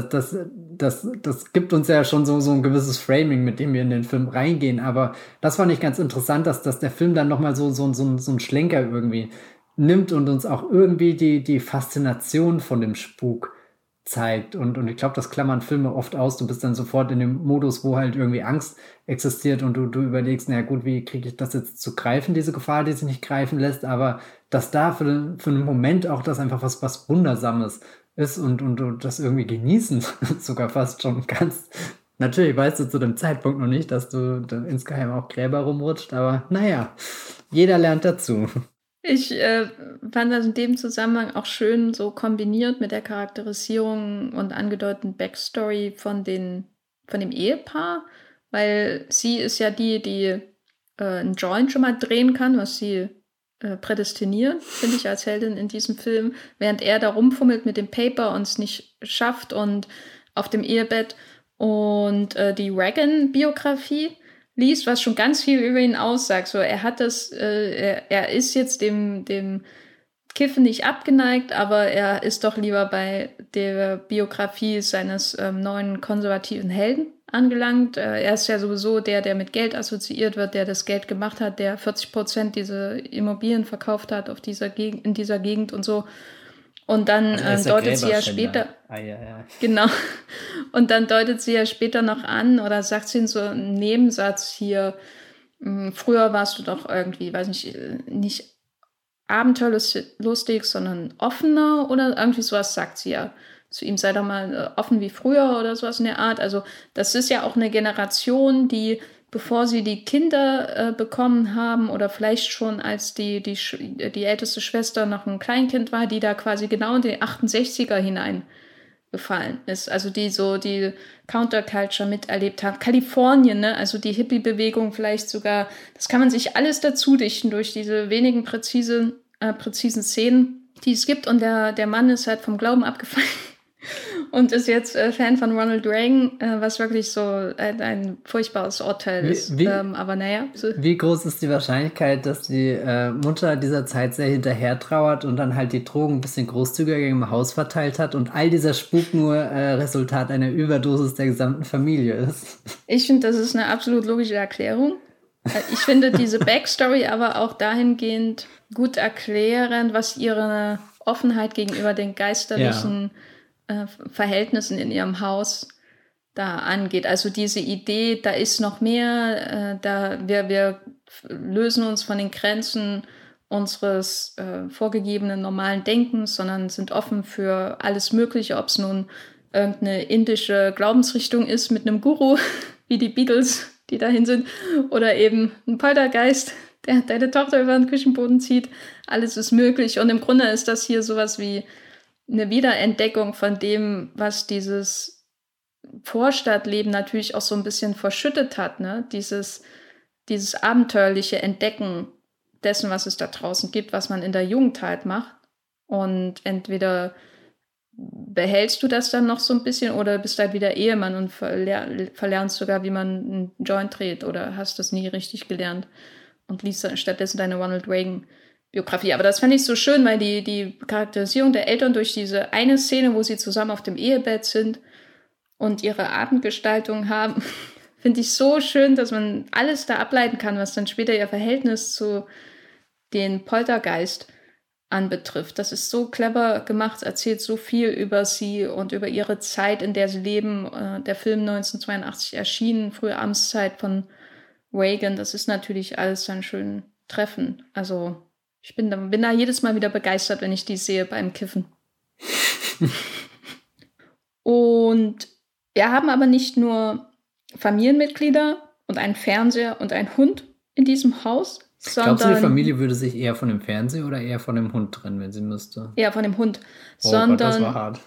Das gibt uns ja schon so ein gewisses Framing, mit dem wir in den Film reingehen, aber das fand ich ganz interessant, dass der Film dann nochmal so einen Schlenker irgendwie nimmt und uns auch irgendwie die Faszination von dem Spuk zeigt. Und ich glaube, das klammern Filme oft aus. Du bist dann sofort in dem Modus, wo halt irgendwie Angst existiert und du überlegst, na gut, wie kriege ich das jetzt zu greifen, diese Gefahr, die sich nicht greifen lässt, aber dass da für einen Moment auch das einfach was Wundersames ist und du das irgendwie genießen sogar fast schon kannst. Natürlich weißt du zu dem Zeitpunkt noch nicht, dass du dann insgeheim auch Gräber rumrutscht, aber naja, jeder lernt dazu. Ich fand das in dem Zusammenhang auch schön so kombiniert mit der Charakterisierung und angedeuteten Backstory von dem Ehepaar, weil sie ist ja die einen Joint schon mal drehen kann, was sie prädestiniert, finde ich, als Heldin in diesem Film, während er da rumfummelt mit dem Paper und es nicht schafft und auf dem Ehebett und die Reagan-Biografie liest, was schon ganz viel über ihn aussagt. So, er hat das, er ist jetzt dem Kiffen nicht abgeneigt, aber er ist doch lieber bei der Biografie seines neuen konservativen Helden angelangt. Er ist ja sowieso der mit Geld assoziiert wird, der das Geld gemacht hat, der 40% diese Immobilien verkauft hat in dieser Gegend und so. Und dann deutet sie ja später. Ja. Genau. Und dann deutet sie ja später noch an oder sagt sie in so einem Nebensatz hier, früher warst du doch irgendwie, weiß nicht abenteuerlustig, sondern offener oder irgendwie sowas sagt sie ja. Zu ihm sei doch mal offen wie früher oder sowas in der Art. Also das ist ja auch eine Generation, die, bevor sie die Kinder bekommen haben oder vielleicht schon als die älteste Schwester noch ein Kleinkind war, die da quasi genau in die 68er hineingefallen ist. Also die so die Counterculture miterlebt haben. Kalifornien, ne? Also die Hippie-Bewegung vielleicht sogar. Das kann man sich alles dazu dichten durch diese wenigen präzisen Szenen, die es gibt. Und der Mann ist halt vom Glauben abgefallen. Und ist jetzt Fan von Ronald Reagan, was wirklich so ein furchtbares Urteil ist. Aber naja. So. Wie groß ist die Wahrscheinlichkeit, dass die Mutter dieser Zeit sehr hinterher trauert und dann halt die Drogen ein bisschen großzügiger im Haus verteilt hat und all dieser Spuk nur Resultat einer Überdosis der gesamten Familie ist? Ich finde, das ist eine absolut logische Erklärung. Ich finde diese Backstory aber auch dahingehend gut erklärend, was ihre Offenheit gegenüber den geisterlichen Verhältnissen in ihrem Haus da angeht. Also diese Idee, da ist noch mehr, wir lösen uns von den Grenzen unseres vorgegebenen normalen Denkens, sondern sind offen für alles Mögliche, ob es nun irgendeine indische Glaubensrichtung ist mit einem Guru, wie die Beatles, die dahin sind, oder eben ein Poltergeist, der deine Tochter über den Küchenboden zieht. Alles ist möglich. Und im Grunde ist das hier sowas wie eine Wiederentdeckung von dem, was dieses Vorstadtleben natürlich auch so ein bisschen verschüttet hat, ne? Dieses abenteuerliche Entdecken dessen, was es da draußen gibt, was man in der Jugend halt macht. Und entweder behältst du das dann noch so ein bisschen oder bist halt wieder Ehemann und verlernst sogar, wie man einen Joint dreht oder hast das nie richtig gelernt und liest dann stattdessen deine Ronald Reagan Biografie. Aber das fand ich so schön, weil die Charakterisierung der Eltern durch diese eine Szene, wo sie zusammen auf dem Ehebett sind und ihre Abendgestaltung haben, finde ich so schön, dass man alles da ableiten kann, was dann später ihr Verhältnis zu den Poltergeist anbetrifft. Das ist so clever gemacht, erzählt so viel über sie und über ihre Zeit, in der sie leben. Der Film 1982 erschienen, frühe Amtszeit von Reagan. Das ist natürlich alles dann schön treffen. Also ich bin da jedes Mal wieder begeistert, wenn ich die sehe beim Kiffen. Und wir haben aber nicht nur Familienmitglieder und einen Fernseher und einen Hund in diesem Haus, sondern... Glaubst du, die Familie würde sich eher von dem Fernseher oder eher von dem Hund trennen, wenn sie müsste? Eher von dem Hund. Oh Gott, das war hart.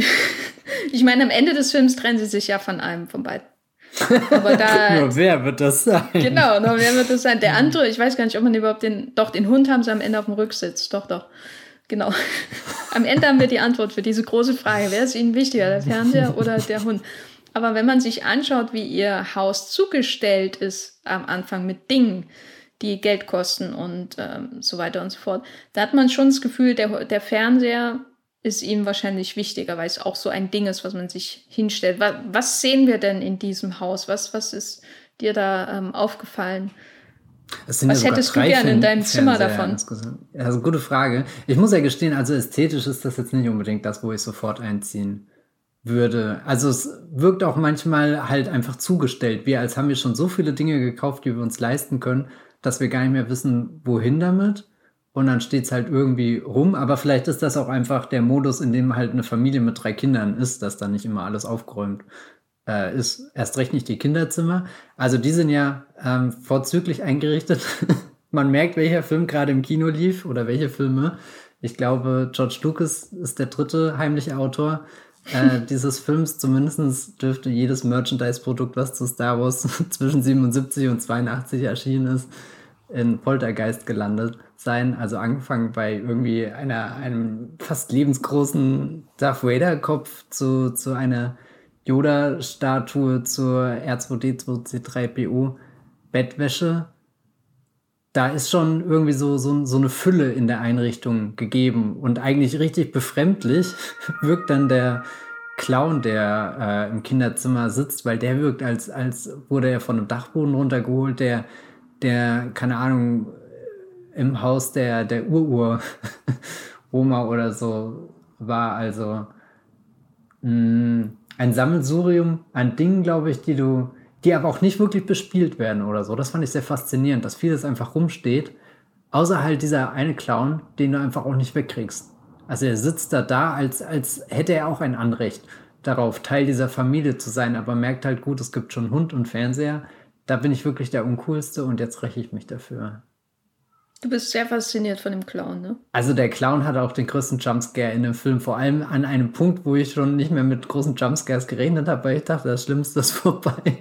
Ich meine, am Ende des Films trennen sie sich ja von einem von beiden. Aber da, nur wer wird das sein? Genau, nur wer wird das sein? Der andere, ich weiß gar nicht, ob man überhaupt den Hund haben sie am Ende auf dem Rücksitz. Doch. Genau. Am Ende haben wir die Antwort für diese große Frage. Wer ist ihnen wichtiger, der Fernseher oder der Hund? Aber wenn man sich anschaut, wie ihr Haus zugestellt ist am Anfang mit Dingen, die Geld kosten und so weiter und so fort, da hat man schon das Gefühl, der Fernseher ist ihm wahrscheinlich wichtiger, weil es auch so ein Ding ist, was man sich hinstellt. Was sehen wir denn in diesem Haus? Was ist dir da aufgefallen? Was hättest du gerne in deinem Zimmer davon? Also gute Frage. Ich muss ja gestehen, also ästhetisch ist das jetzt nicht unbedingt das, wo ich sofort einziehen würde. Also es wirkt auch manchmal halt einfach zugestellt. Als haben wir schon so viele Dinge gekauft, die wir uns leisten können, dass wir gar nicht mehr wissen, wohin damit. Und dann steht es halt irgendwie rum. Aber vielleicht ist das auch einfach der Modus, in dem halt eine Familie mit 3 Kindern ist, dass da nicht immer alles aufgeräumt ist. Erst recht nicht die Kinderzimmer. Also die sind ja vorzüglich eingerichtet. Man merkt, welcher Film gerade im Kino lief oder welche Filme. Ich glaube, George Lucas ist der 3. heimliche Autor dieses Films. Zumindest dürfte jedes Merchandise-Produkt, was zu Star Wars zwischen 77 und 82 erschienen ist, in Poltergeist gelandet sein. Also angefangen bei irgendwie einem fast lebensgroßen Darth Vader-Kopf zu einer Yoda-Statue, zur R2D2C3PO Bettwäsche. Da ist schon irgendwie so eine Fülle in der Einrichtung gegeben. Und eigentlich richtig befremdlich wirkt dann der Clown, der im Kinderzimmer sitzt, weil der wirkt, als wurde er von einem Dachboden runtergeholt, der keine Ahnung, im Haus der Uroma oder so war. Also ein Sammelsurium an Dingen, glaube ich, die aber auch nicht wirklich bespielt werden oder so. Das fand ich sehr faszinierend, dass vieles einfach rumsteht, außer halt dieser eine Clown, den du einfach auch nicht wegkriegst. Also er sitzt da, als hätte er auch ein Anrecht darauf, Teil dieser Familie zu sein, aber merkt halt, gut, es gibt schon Hund und Fernseher. Da bin ich wirklich der Uncoolste und jetzt räche ich mich dafür. Du bist sehr fasziniert von dem Clown, ne? Also der Clown hat auch den größten Jumpscare in dem Film, vor allem an einem Punkt, wo ich schon nicht mehr mit großen Jumpscares gerechnet habe, weil ich dachte, das Schlimmste ist vorbei.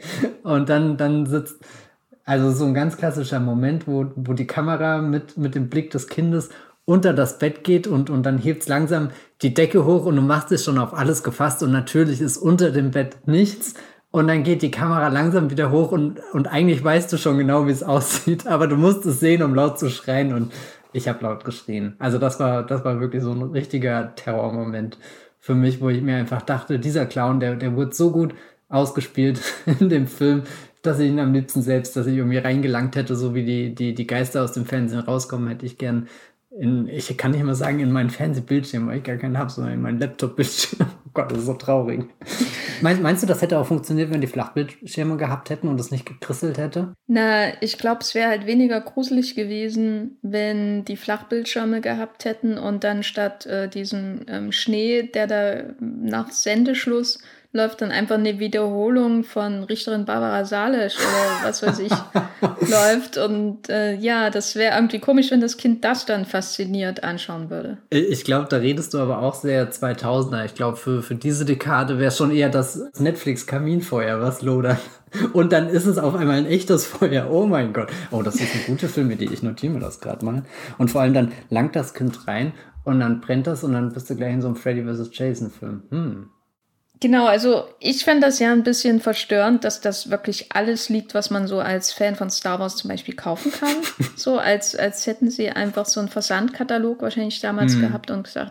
Und dann sitzt, also so ein ganz klassischer Moment, wo die Kamera mit dem Blick des Kindes unter das Bett geht und dann hebt es langsam die Decke hoch und du machst es schon auf alles gefasst und natürlich ist unter dem Bett nichts. Und dann geht die Kamera langsam wieder hoch und eigentlich weißt du schon genau, wie es aussieht, aber du musst es sehen, um laut zu schreien und ich habe laut geschrien. Also das war wirklich so ein richtiger Terrormoment für mich, wo ich mir einfach dachte, dieser Clown, der wurde so gut ausgespielt in dem Film, dass ich ihn am liebsten selbst, dass ich irgendwie reingelangt hätte, so wie die Geister aus dem Fernsehen rauskommen, hätte ich gern ich kann nicht mal sagen in meinen Fernsehbildschirm, weil ich gar keinen habe, sondern in meinen Laptop-Bildschirm. Oh Gott, das ist so traurig. Meinst du, das hätte auch funktioniert, wenn die Flachbildschirme gehabt hätten und es nicht gekrisselt hätte? Na, ich glaube, es wäre halt weniger gruselig gewesen, wenn die Flachbildschirme gehabt hätten und dann statt diesem Schnee, der da nach Sendeschluss läuft, dann einfach eine Wiederholung von Richterin Barbara Salisch oder was weiß ich läuft. Und ja, das wäre irgendwie komisch, wenn das Kind das dann fasziniert anschauen würde. Ich glaube, da redest du aber auch sehr 2000er. Ich glaube, für diese Dekade wäre schon eher das Netflix-Kaminfeuer, was lodert. Und dann ist es auf einmal ein echtes Feuer. Oh mein Gott. Oh, das ist eine gute Filmidee. Ich notiere mir das gerade mal. Und vor allem dann langt das Kind rein und dann brennt das und dann bist du gleich in so einem Freddy vs. Jason-Film. Genau, also ich fände das ja ein bisschen verstörend, dass das wirklich alles liegt, was man so als Fan von Star Wars zum Beispiel kaufen kann. So als hätten sie einfach so einen Versandkatalog wahrscheinlich damals gehabt und gesagt,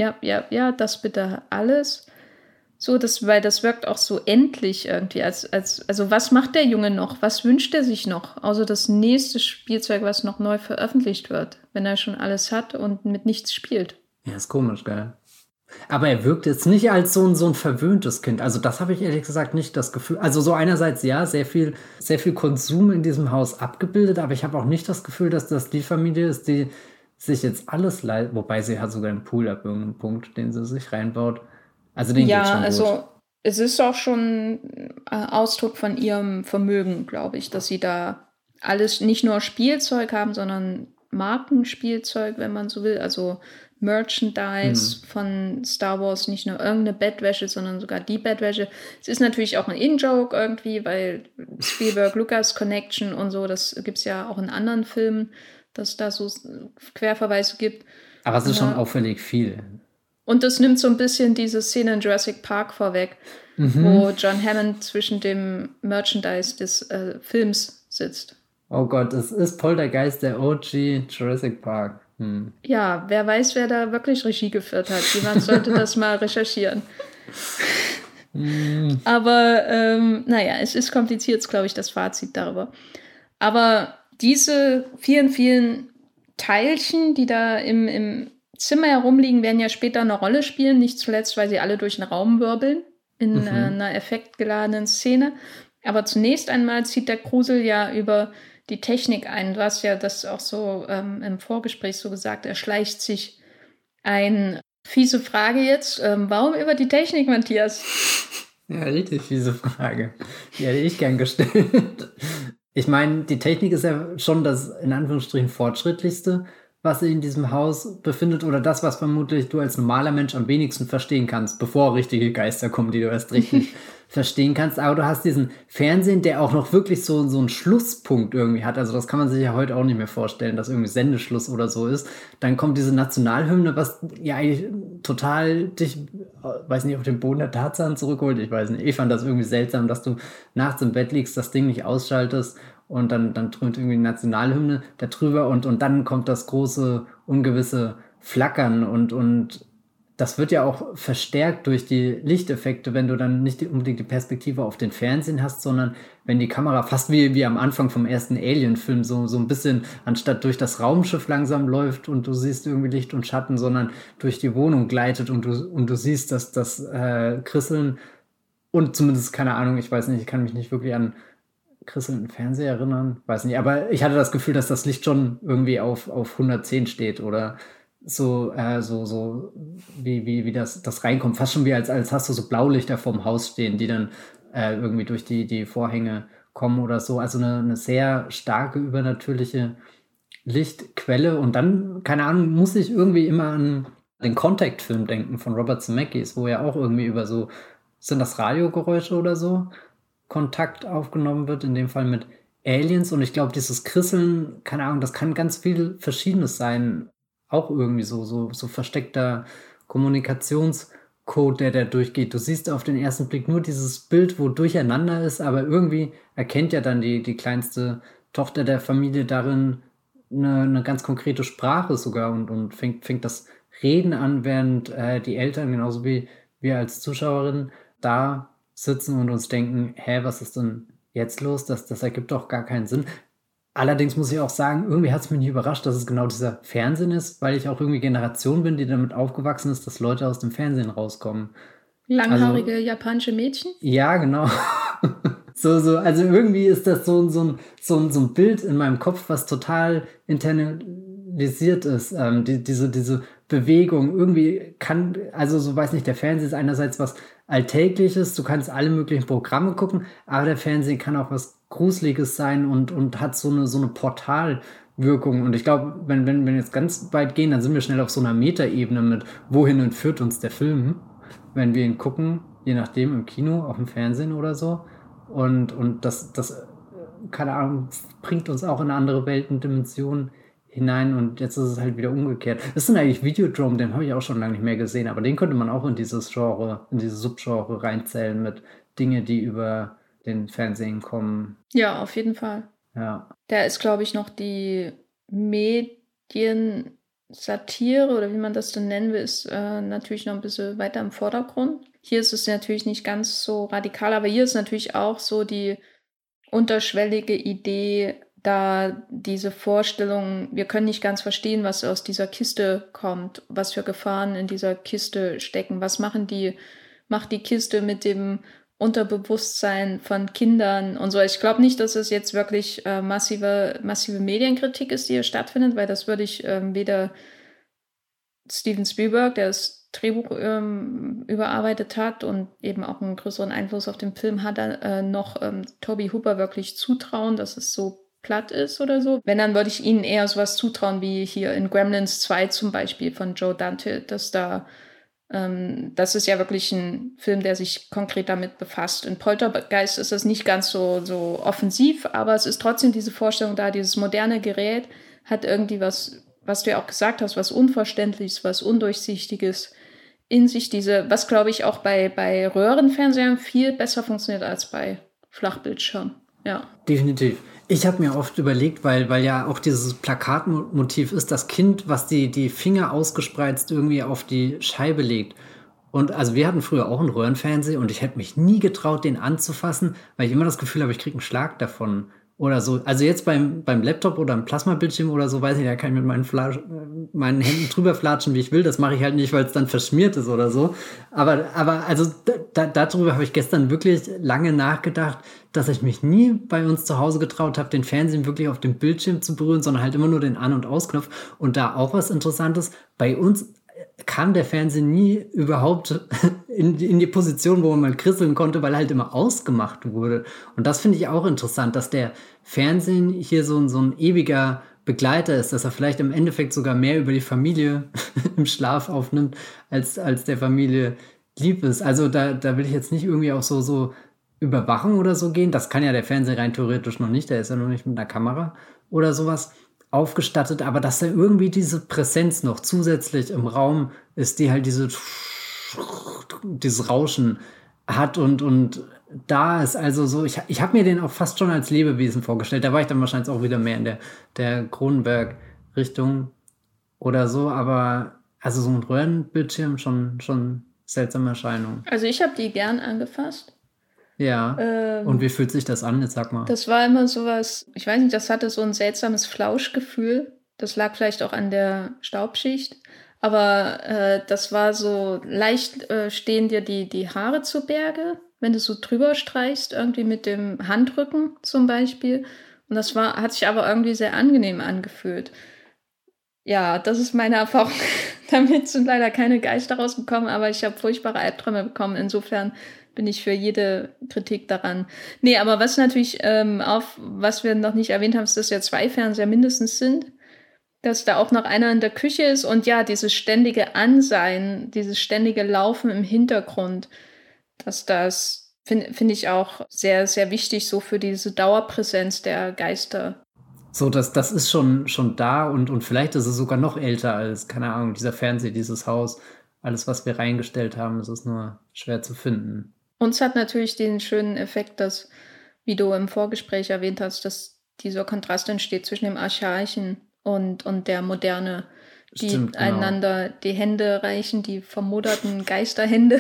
ja, das bitte alles. So, weil das wirkt auch so endlich irgendwie. Also was macht der Junge noch? Was wünscht er sich noch? Außer das nächste Spielzeug, was noch neu veröffentlicht wird, wenn er schon alles hat und mit nichts spielt. Ja, ist komisch, gell? Aber er wirkt jetzt nicht als so ein verwöhntes Kind. Also das habe ich ehrlich gesagt nicht das Gefühl. Also so einerseits ja, sehr viel Konsum in diesem Haus abgebildet, aber ich habe auch nicht das Gefühl, dass das die Familie ist, die sich jetzt alles leistet. Wobei sie hat sogar einen Pool ab irgendeinem Punkt, den sie sich reinbaut. Also den geht's Ja, schon gut. also es ist auch schon Ausdruck von ihrem Vermögen, glaube ich, dass sie da alles nicht nur Spielzeug haben, sondern Markenspielzeug, wenn man so will. Also Merchandise von Star Wars, nicht nur irgendeine Bettwäsche, sondern sogar die Bettwäsche. Es ist natürlich auch ein In-Joke irgendwie, weil Spielberg-Lucas-Connection und so, das gibt es ja auch in anderen Filmen, dass es da so Querverweise gibt. Aber es ist schon auffällig viel. Und das nimmt so ein bisschen diese Szene in Jurassic Park vorweg, wo John Hammond zwischen dem Merchandise des Films sitzt. Oh Gott, es ist Poltergeist der OG Jurassic Park. Ja, wer weiß, wer da wirklich Regie geführt hat. Jemand sollte das mal recherchieren. Aber naja, es ist kompliziert, glaube ich, das Fazit darüber. Aber diese vielen, vielen Teilchen, die da im Zimmer herumliegen, werden ja später eine Rolle spielen. Nicht zuletzt, weil sie alle durch den Raum wirbeln in einer effektgeladenen Szene. Aber zunächst einmal zieht der Grusel ja über die Technik ein. Du hast ja das auch so im Vorgespräch so gesagt, er schleicht sich ein. Fiese Frage jetzt. Warum über die Technik, Matthias? Ja, richtig fiese Frage. Die hätte ich gern gestellt. Ich meine, die Technik ist ja schon das in Anführungsstrichen fortschrittlichste, was sich in diesem Haus befindet oder das, was vermutlich du als normaler Mensch am wenigsten verstehen kannst, bevor richtige Geister kommen, die du erst richtig verstehen kannst. Aber du hast diesen Fernsehen, der auch noch wirklich so einen Schlusspunkt irgendwie hat. Also das kann man sich ja heute auch nicht mehr vorstellen, dass irgendwie Sendeschluss oder so ist. Dann kommt diese Nationalhymne, was ja eigentlich total dich, weiß nicht, auf den Boden der Tatsachen zurückholt. Ich weiß nicht. Ich fand das irgendwie seltsam, dass du nachts im Bett liegst, das Ding nicht ausschaltest und dann dröhnt irgendwie die Nationalhymne da drüber und dann kommt das große, ungewisse Flackern und das wird ja auch verstärkt durch die Lichteffekte, wenn du dann nicht unbedingt die Perspektive auf den Fernsehen hast, sondern wenn die Kamera fast wie am Anfang vom ersten Alien-Film so ein bisschen, anstatt durch das Raumschiff langsam läuft und du siehst irgendwie Licht und Schatten, sondern durch die Wohnung gleitet und du siehst, dass das Krisseln und zumindest, keine Ahnung, ich weiß nicht, ich kann mich nicht wirklich an krisselnden Fernseher erinnern, weiß nicht, aber ich hatte das Gefühl, dass das Licht schon irgendwie auf 110 steht oder so wie das reinkommt, fast schon wie als hast du so Blaulichter vorm Haus stehen, die dann irgendwie durch die Vorhänge kommen oder so, also eine sehr starke übernatürliche Lichtquelle und dann, keine Ahnung, muss ich irgendwie immer an den Contact-Film denken von Robert Zemeckis, wo ja auch irgendwie über so, sind das Radiogeräusche oder so, Kontakt aufgenommen wird, in dem Fall mit Aliens und ich glaube, dieses Krisseln, keine Ahnung, das kann ganz viel Verschiedenes sein, auch irgendwie so versteckter Kommunikationscode, der durchgeht. Du siehst auf den ersten Blick nur dieses Bild, wo durcheinander ist, aber irgendwie erkennt ja dann die kleinste Tochter der Familie darin eine ganz konkrete Sprache sogar und fängt das Reden an, während die Eltern, genauso wie wir als Zuschauerinnen, da sitzen und uns denken, hä, was ist denn jetzt los? Das ergibt doch gar keinen Sinn. Allerdings muss ich auch sagen, irgendwie hat es mich nicht überrascht, dass es genau dieser Fernsehen ist, weil ich auch irgendwie Generation bin, die damit aufgewachsen ist, dass Leute aus dem Fernsehen rauskommen. Langhaarige japanische Mädchen? Ja, genau. Also irgendwie ist das so ein Bild in meinem Kopf, was total internalisiert ist. Diese Bewegung irgendwie kann, also so weiß nicht, der Fernseher ist einerseits was Alltägliches, du kannst alle möglichen Programme gucken, aber der Fernseher kann auch was Gruseliges sein und hat so eine Portalwirkung. Und ich glaube, wenn wir jetzt ganz weit gehen, dann sind wir schnell auf so einer Metaebene mit, wohin entführt uns der Film, wenn wir ihn gucken, je nachdem, im Kino, auf dem Fernsehen oder so. Und das, keine Ahnung, bringt uns auch in andere Welten, Dimensionen hinein und jetzt ist es halt wieder umgekehrt. Das ist denn eigentlich Videodrome, den habe ich auch schon lange nicht mehr gesehen, aber den könnte man auch in dieses Genre, in dieses Subgenre reinzählen mit Dinge, die über den Fernsehen kommen. Ja, auf jeden Fall. Ja. Da ist, glaube ich, noch die Mediensatire oder wie man das dann nennen will, ist natürlich noch ein bisschen weiter im Vordergrund. Hier ist es natürlich nicht ganz so radikal, aber hier ist natürlich auch so die unterschwellige Idee, da diese Vorstellung, wir können nicht ganz verstehen, was aus dieser Kiste kommt, was für Gefahren in dieser Kiste stecken, macht die Kiste mit dem Unterbewusstsein von Kindern und so. Ich glaube nicht, dass es jetzt wirklich massive Medienkritik ist, die hier stattfindet, weil das würde ich weder Steven Spielberg, der das Drehbuch überarbeitet hat und eben auch einen größeren Einfluss auf den Film hat, noch Tobe Hooper wirklich zutrauen, dass es so platt ist oder so. Wenn, dann würde ich ihnen eher sowas zutrauen, wie hier in Gremlins 2 zum Beispiel von Joe Dante, das ist ja wirklich ein Film, der sich konkret damit befasst. In Poltergeist ist das nicht ganz so offensiv, aber es ist trotzdem diese Vorstellung da, dieses moderne Gerät hat irgendwie was du ja auch gesagt hast, was Unverständliches, was Undurchsichtiges in sich, was glaube ich auch bei Röhrenfernsehern viel besser funktioniert als bei Flachbildschirm. Ja. Definitiv. Ich habe mir oft überlegt, weil ja auch dieses Plakatmotiv ist, das Kind, was die Finger ausgespreizt irgendwie auf die Scheibe legt. Und also wir hatten früher auch einen Röhrenfernseher und ich hätte mich nie getraut, den anzufassen, weil ich immer das Gefühl habe, ich kriege einen Schlag davon. Oder so. Also jetzt beim Laptop oder einem Plasmabildschirm oder so, weiß ich, da kann ich mit meinen Händen drüber flatschen, wie ich will. Das mache ich halt nicht, weil es dann verschmiert ist oder so. Aber also darüber habe ich gestern wirklich lange nachgedacht, dass ich mich nie bei uns zu Hause getraut habe, den Fernsehen wirklich auf dem Bildschirm zu berühren, sondern halt immer nur den An- und Ausknopf. Und da auch was Interessantes, bei uns kam der Fernseher nie überhaupt in die Position, wo man mal krisseln konnte, weil er halt immer ausgemacht wurde. Und das finde ich auch interessant, dass der Fernsehen hier so ein ewiger Begleiter ist, dass er vielleicht im Endeffekt sogar mehr über die Familie im Schlaf aufnimmt, als der Familie lieb ist. Also da will ich jetzt nicht irgendwie auch so Überwachung oder so gehen. Das kann ja der Fernseher rein theoretisch noch nicht. Der ist ja noch nicht mit einer Kamera oder sowas aufgestattet, aber dass da irgendwie diese Präsenz noch zusätzlich im Raum ist, die halt dieses Rauschen hat und da ist also so, ich habe mir den auch fast schon als Lebewesen vorgestellt, da war ich dann wahrscheinlich auch wieder mehr in der Cronenberg-Richtung oder so, aber also so ein Röhrenbildschirm schon seltsame Erscheinung. Also ich habe die gern angefasst. Ja, und wie fühlt sich das an? Jetzt sag mal. Das war immer sowas, ich weiß nicht, das hatte so ein seltsames Flauschgefühl. Das lag vielleicht auch an der Staubschicht. Aber das war so leicht, stehen dir die Haare zu Berge, wenn du so drüber streichst, irgendwie mit dem Handrücken zum Beispiel. Und das hat sich aber irgendwie sehr angenehm angefühlt. Ja, das ist meine Erfahrung. Damit sind leider keine Geister rausgekommen, aber ich habe furchtbare Albträume bekommen. Insofern bin ich für jede Kritik daran. Nee, aber was natürlich was wir noch nicht erwähnt haben, ist, dass ja 2 Fernseher mindestens sind, dass da auch noch einer in der Küche ist und ja, dieses ständige Ansein, dieses ständige Laufen im Hintergrund, das finde ich auch sehr, sehr wichtig, so für diese Dauerpräsenz der Geister. So, das ist schon da und vielleicht ist es sogar noch älter als, keine Ahnung, dieser Fernseher, dieses Haus. Alles, was wir reingestellt haben, es ist nur schwer zu finden. Und es hat natürlich den schönen Effekt, dass, wie du im Vorgespräch erwähnt hast, dass dieser Kontrast entsteht zwischen dem Archaischen und der Moderne, die Stimmt, genau. einander die Hände reichen, die vermoderten Geisterhände,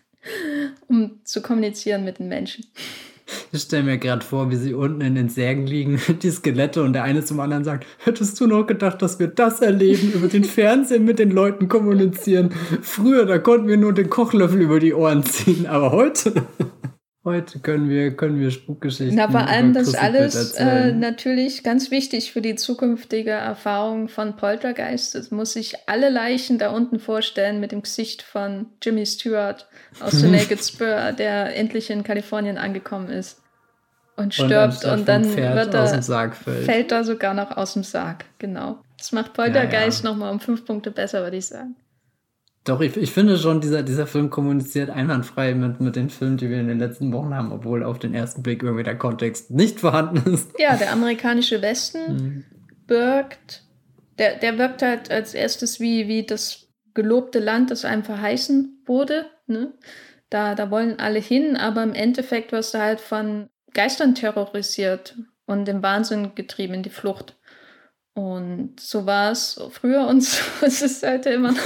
um zu kommunizieren mit den Menschen. Ich stelle mir gerade vor, wie sie unten in den Särgen liegen, die Skelette, und der eine zum anderen sagt, hättest du noch gedacht, dass wir das erleben, über den Fernsehen mit den Leuten kommunizieren? Früher, da konnten wir nur den Kochlöffel über die Ohren ziehen, aber heute können wir Spukgeschichten. Na, vor allem das alles natürlich ganz wichtig für die zukünftige Erfahrung von Poltergeist. Es muss sich alle Leichen da unten vorstellen mit dem Gesicht von Jimmy Stewart aus The Naked Spur, der endlich in Kalifornien angekommen ist und stirbt und dann fällt er sogar noch aus dem Sarg. Genau. Das macht Poltergeist nochmal um 5 Punkte besser, würde ich sagen. Doch, ich finde schon, dieser Film kommuniziert einwandfrei mit den Filmen, die wir in den letzten Wochen haben, obwohl auf den ersten Blick irgendwie der Kontext nicht vorhanden ist. Ja, der amerikanische Westen wirkt halt als erstes wie das gelobte Land, das einem verheißen wurde. Ne? Da wollen alle hin, aber im Endeffekt wirst du halt von Geistern terrorisiert und im Wahnsinn getrieben, in die Flucht. Und so war es früher und so ist es heute immer noch.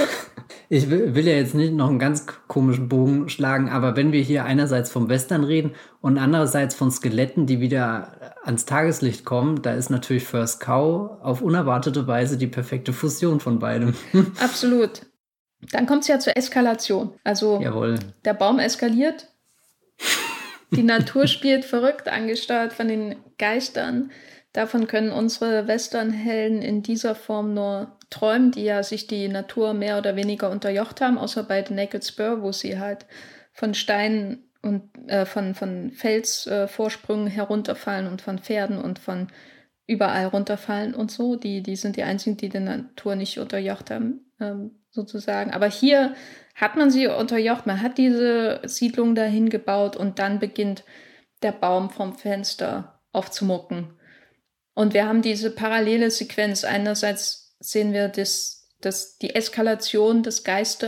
Ich will ja jetzt nicht noch einen ganz komischen Bogen schlagen, aber wenn wir hier einerseits vom Western reden und andererseits von Skeletten, die wieder ans Tageslicht kommen, da ist natürlich First Cow auf unerwartete Weise die perfekte Fusion von beidem. Absolut. Dann kommt es ja zur Eskalation. Also Jawohl. Der Baum eskaliert, die Natur spielt verrückt, angesteuert von den Geistern. Davon können unsere Westernhelden in dieser Form nur träumen, die ja sich die Natur mehr oder weniger unterjocht haben, außer bei The Naked Spur, wo sie halt von Steinen und von Felsvorsprüngen herunterfallen und von Pferden und von überall runterfallen und so. Die sind die einzigen, die die Natur nicht unterjocht haben, sozusagen. Aber hier hat man sie unterjocht, man hat diese Siedlung dahin gebaut und dann beginnt der Baum vom Fenster aufzumucken. Und wir haben diese parallele Sequenz. Einerseits sehen wir die Eskalation des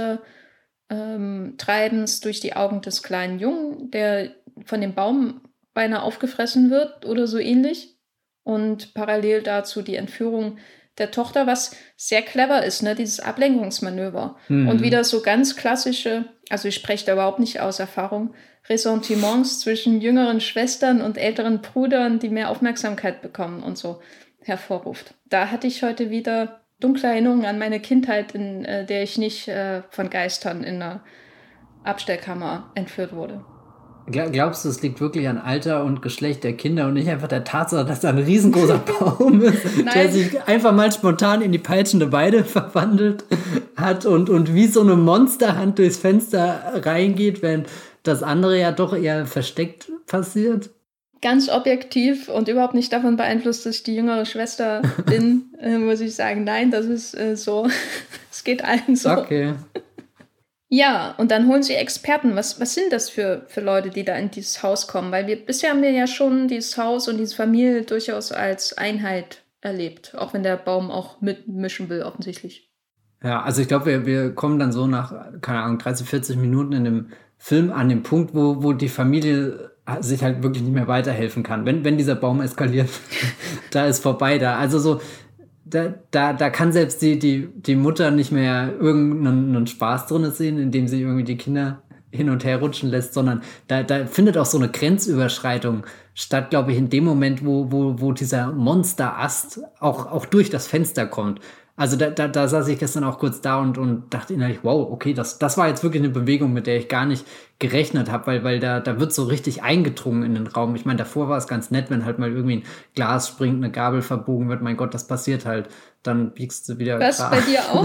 Geistertreibens durch die Augen des kleinen Jungen, der von dem Baum beinahe aufgefressen wird oder so ähnlich. Und parallel dazu die Entführung der Tochter, was sehr clever ist, ne? Dieses Ablenkungsmanöver. Und wieder so ganz klassische, also ich spreche da überhaupt nicht aus Erfahrung, Ressentiments zwischen jüngeren Schwestern und älteren Brüdern, die mehr Aufmerksamkeit bekommen und so hervorruft. Da hatte ich heute wieder dunkle Erinnerungen an meine Kindheit, in der ich nicht von Geistern in einer Abstellkammer entführt wurde. Glaubst du, es liegt wirklich an Alter und Geschlecht der Kinder und nicht einfach der Tatsache, dass da ein riesengroßer Baum ist, der sich einfach mal spontan in die peitschende Weide verwandelt hat und wie so eine Monsterhand durchs Fenster reingeht, während das andere ja doch eher versteckt passiert? Ganz objektiv und überhaupt nicht davon beeinflusst, dass ich die jüngere Schwester bin, muss ich sagen, nein, das ist so, es geht allen so. Okay. Ja, und dann holen sie Experten. Was sind das für Leute, die da in dieses Haus kommen? Weil bisher haben wir ja schon dieses Haus und diese Familie durchaus als Einheit erlebt, auch wenn der Baum auch mitmischen will, offensichtlich. Ja, also ich glaube, wir kommen dann so nach, keine Ahnung, 30, 40 Minuten in dem Film an den Punkt, wo die Familie sich halt wirklich nicht mehr weiterhelfen kann. Wenn dieser Baum eskaliert, da ist vorbei da. Also so, da kann selbst die Mutter nicht mehr irgendeinen Spaß drin sehen, indem sie irgendwie die Kinder hin und her rutschen lässt, sondern da findet auch so eine Grenzüberschreitung statt, glaube ich, in dem Moment, wo dieser Monsterast auch durch das Fenster kommt. Also da saß ich gestern auch kurz da und dachte innerlich, wow, okay, das war jetzt wirklich eine Bewegung, mit der ich gar nicht gerechnet habe, weil da wird so richtig eingedrungen in den Raum. Ich meine, davor war es ganz nett, wenn halt mal irgendwie ein Glas springt, eine Gabel verbogen wird, mein Gott, das passiert halt. Dann biegst du wieder. Was, bei dir auch?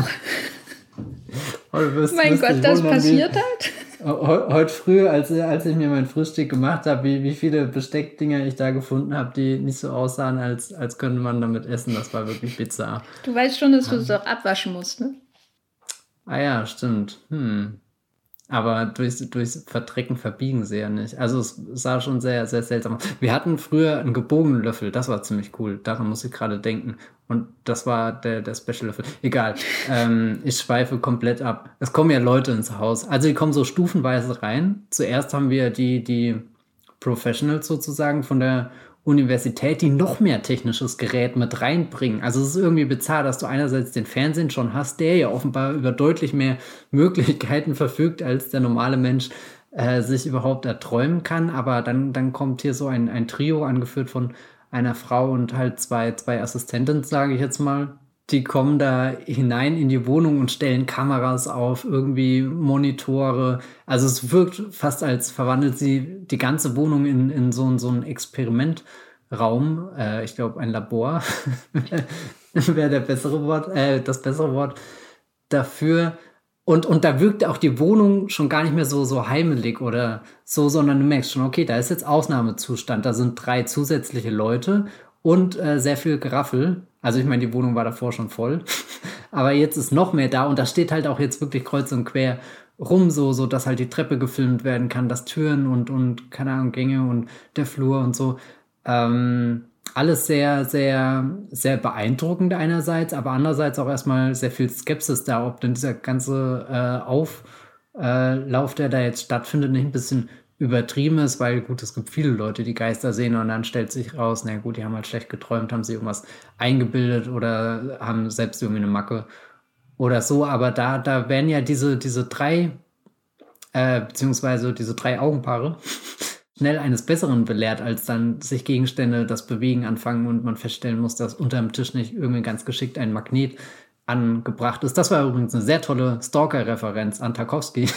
Mein Gott, das passiert halt? Heute früh, als ich mir mein Frühstück gemacht habe, wie viele Besteckdinger ich da gefunden habe, die nicht so aussahen, als könnte man damit essen. Das war wirklich bizarr. Du weißt schon, dass du es auch abwaschen musst, ne? Ah ja, stimmt. Aber durchs Verdrecken verbiegen sie ja nicht. Also es sah schon sehr, sehr seltsam aus. Wir hatten früher einen gebogenen Löffel, das war ziemlich cool. Daran muss ich gerade denken. Und das war der Special-Löffel. Egal, ich schweife komplett ab. Es kommen ja Leute ins Haus. Also die kommen so stufenweise rein. Zuerst haben wir die Professionals sozusagen von der Universität, die noch mehr technisches Gerät mit reinbringen. Also es ist irgendwie bizarr, dass du einerseits den Fernsehen schon hast, der ja offenbar über deutlich mehr Möglichkeiten verfügt, als der normale Mensch sich überhaupt erträumen kann. Aber dann kommt hier so ein Trio, angeführt von einer Frau und halt zwei Assistenten, sage ich jetzt mal. Die kommen da hinein in die Wohnung und stellen Kameras auf, irgendwie Monitore. Also es wirkt fast, als verwandelt sie die ganze Wohnung in so einen Experimentraum. Ich glaube, ein Labor wäre das bessere Wort dafür. Und da wirkt auch die Wohnung schon gar nicht mehr so heimelig oder so, sondern du merkst schon, okay, da ist jetzt Ausnahmezustand. Da sind 3 zusätzliche Leute und sehr viel Geraffel. Also ich meine, die Wohnung war davor schon voll. Aber jetzt ist noch mehr da und da steht halt auch jetzt wirklich kreuz und quer rum, so dass halt die Treppe gefilmt werden kann, dass Türen und keine Ahnung, Gänge und der Flur und so. Alles sehr, sehr, sehr beeindruckend einerseits, aber andererseits auch erstmal sehr viel Skepsis da, ob denn dieser ganze Auflauf, der da jetzt stattfindet, nicht ein bisschen übertrieben ist, weil gut, es gibt viele Leute, die Geister sehen und dann stellt sich raus, na gut, die haben halt schlecht geträumt, haben sich irgendwas eingebildet oder haben selbst irgendwie eine Macke oder so, aber da werden ja diese drei, beziehungsweise diese 3 Augenpaare schnell eines Besseren belehrt, als dann sich Gegenstände das Bewegen anfangen und man feststellen muss, dass unter dem Tisch nicht irgendwie ganz geschickt ein Magnet angebracht ist. Das war übrigens eine sehr tolle Stalker-Referenz an Tarkovsky.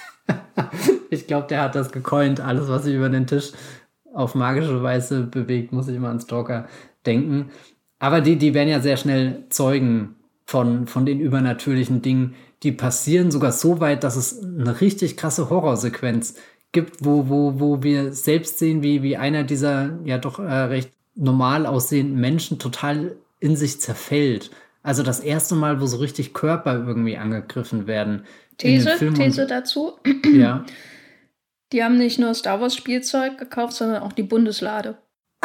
Ich glaube, der hat das gecoint. Alles, was sich über den Tisch auf magische Weise bewegt, muss ich immer an Stalker denken. Aber die werden ja sehr schnell Zeugen von den übernatürlichen Dingen, die passieren, sogar so weit, dass es eine richtig krasse Horrorsequenz gibt, wo wir selbst sehen, wie einer dieser ja doch recht normal aussehenden Menschen total in sich zerfällt. Also das erste Mal, wo so richtig Körper irgendwie angegriffen werden. These dazu. Ja. Die haben nicht nur Star Wars Spielzeug gekauft, sondern auch die Bundeslade.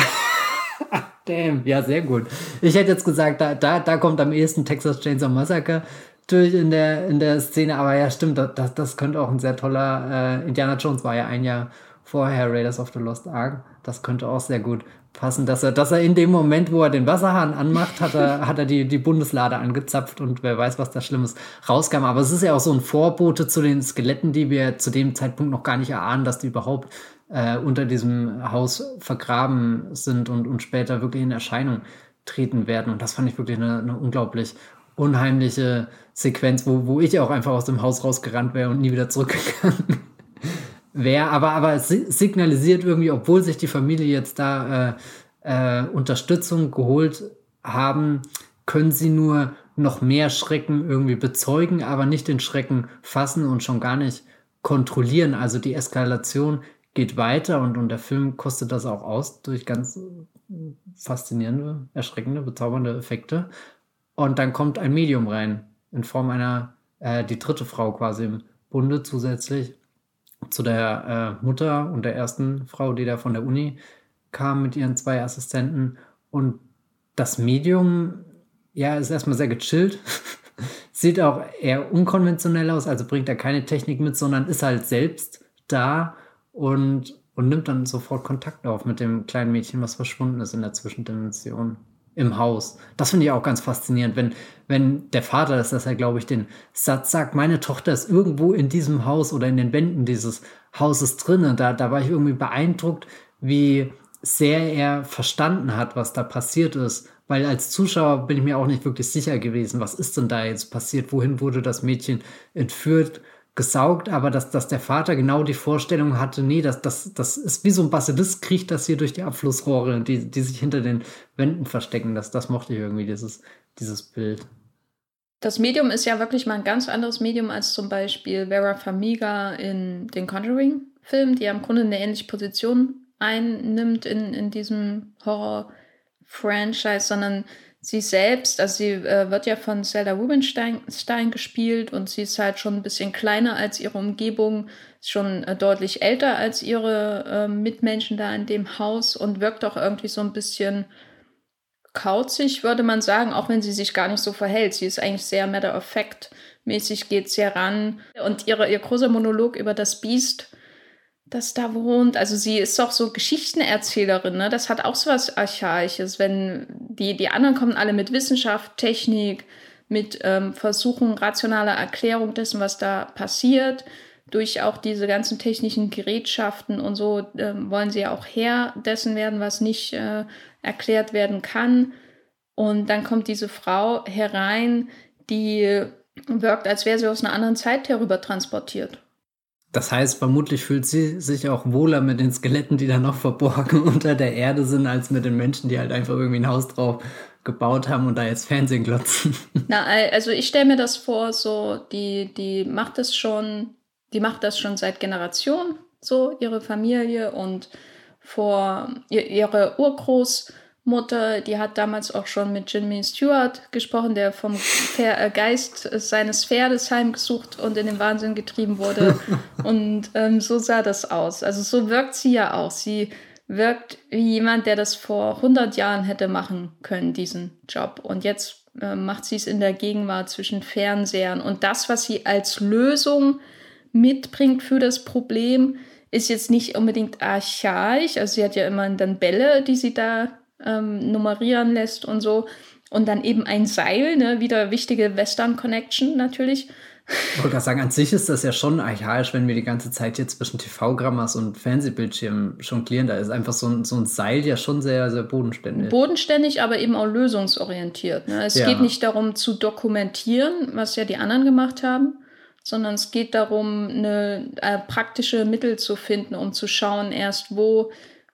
Damn, ja, sehr gut. Ich hätte jetzt gesagt, da kommt am ehesten Texas Chainsaw Massacre durch in der Szene, aber ja, stimmt, das könnte auch ein sehr toller, Indiana Jones war ja ein Jahr vorher Raiders of the Lost Ark, das könnte auch sehr gut passen, dass er in dem Moment, wo er den Wasserhahn anmacht, hat er die Bundeslade angezapft und wer weiß, was da Schlimmes rauskam, aber es ist ja auch so ein Vorbote zu den Skeletten, die wir zu dem Zeitpunkt noch gar nicht erahnen, dass die überhaupt unter diesem Haus vergraben sind und später wirklich in Erscheinung treten werden. Und das fand ich wirklich eine unglaublich unheimliche Sequenz, wo ich auch einfach aus dem Haus rausgerannt wäre und nie wieder zurückgegangen wäre. Aber es signalisiert irgendwie, obwohl sich die Familie jetzt da Unterstützung geholt haben, können sie nur noch mehr Schrecken irgendwie bezeugen, aber nicht den Schrecken fassen und schon gar nicht kontrollieren. Also die Eskalation geht weiter und der Film kostet das auch aus durch ganz faszinierende, erschreckende, bezaubernde Effekte. Und dann kommt ein Medium rein, in Form einer, die dritte Frau quasi im Bunde zusätzlich zu der Mutter und der ersten Frau, die da von der Uni kam mit ihren 2 Assistenten. Und das Medium, ja, ist erstmal sehr gechillt. Sieht auch eher unkonventionell aus, also bringt er keine Technik mit, sondern ist halt selbst da und nimmt dann sofort Kontakt auf mit dem kleinen Mädchen, was verschwunden ist in der Zwischendimension im Haus. Das finde ich auch ganz faszinierend, wenn der Vater ist, dass er, glaube ich, den Satz sagt, meine Tochter ist irgendwo in diesem Haus oder in den Wänden dieses Hauses drin. Da war ich irgendwie beeindruckt, wie sehr er verstanden hat, was da passiert ist. Weil als Zuschauer bin ich mir auch nicht wirklich sicher gewesen, was ist denn da jetzt passiert, wohin wurde das Mädchen entführt, gesaugt, aber dass der Vater genau die Vorstellung hatte, nee, das ist wie so ein Basilisk, kriecht das hier durch die Abflussrohre, die sich hinter den Wänden verstecken. Das mochte ich irgendwie, dieses Bild. Das Medium ist ja wirklich mal ein ganz anderes Medium als zum Beispiel Vera Farmiga in den Conjuring-Filmen, die ja im Grunde eine ähnliche Position einnimmt in diesem Horror-Franchise, sondern sie selbst, also sie wird ja von Zelda Rubinstein gespielt und sie ist halt schon ein bisschen kleiner als ihre Umgebung, schon deutlich älter als ihre Mitmenschen da in dem Haus und wirkt auch irgendwie so ein bisschen kauzig, würde man sagen, auch wenn sie sich gar nicht so verhält. Sie ist eigentlich sehr matter-of-fact-mäßig, geht sie heran. Und ihr großer Monolog über das Biest, das da wohnt, also sie ist doch so Geschichtenerzählerin, ne? Das hat auch so was Archaisches, wenn die anderen kommen alle mit Wissenschaft, Technik, mit Versuchen rationaler Erklärung dessen, was da passiert. Durch auch diese ganzen technischen Gerätschaften und so wollen sie ja auch Herr dessen werden, was nicht erklärt werden kann. Und dann kommt diese Frau herein, die wirkt, als wäre sie aus einer anderen Zeit herüber transportiert. Das heißt, vermutlich fühlt sie sich auch wohler mit den Skeletten, die da noch verborgen unter der Erde sind, als mit den Menschen, die halt einfach irgendwie ein Haus drauf gebaut haben und da jetzt Fernsehen glotzen. Na, also ich stelle mir das vor, so, die macht das schon seit Generationen, so, ihre Familie und ihre Urgroßmutter, die hat damals auch schon mit Jimmy Stewart gesprochen, der vom Geist seines Pferdes heimgesucht und in den Wahnsinn getrieben wurde. Und so sah das aus. Also so wirkt sie ja auch. Sie wirkt wie jemand, der das vor 100 Jahren hätte machen können, diesen Job. Und jetzt macht sie es in der Gegenwart zwischen Fernsehern. Und das, was sie als Lösung mitbringt für das Problem, ist jetzt nicht unbedingt archaisch. Also sie hat ja immer dann Bälle, die sie da nummerieren lässt und so. Und dann eben ein Seil, ne? Wieder wichtige Western-Connection natürlich. Ich wollte gerade sagen, an sich ist das ja schon archaisch, wenn wir die ganze Zeit hier zwischen TV-Grammas und Fernsehbildschirmen jonglieren. Da ist einfach so ein Seil ja schon sehr, sehr bodenständig. Bodenständig, aber eben auch lösungsorientiert. Ne? Es geht nicht darum zu dokumentieren, was ja die anderen gemacht haben, sondern es geht darum, praktische Mittel zu finden, um zu schauen, erst wo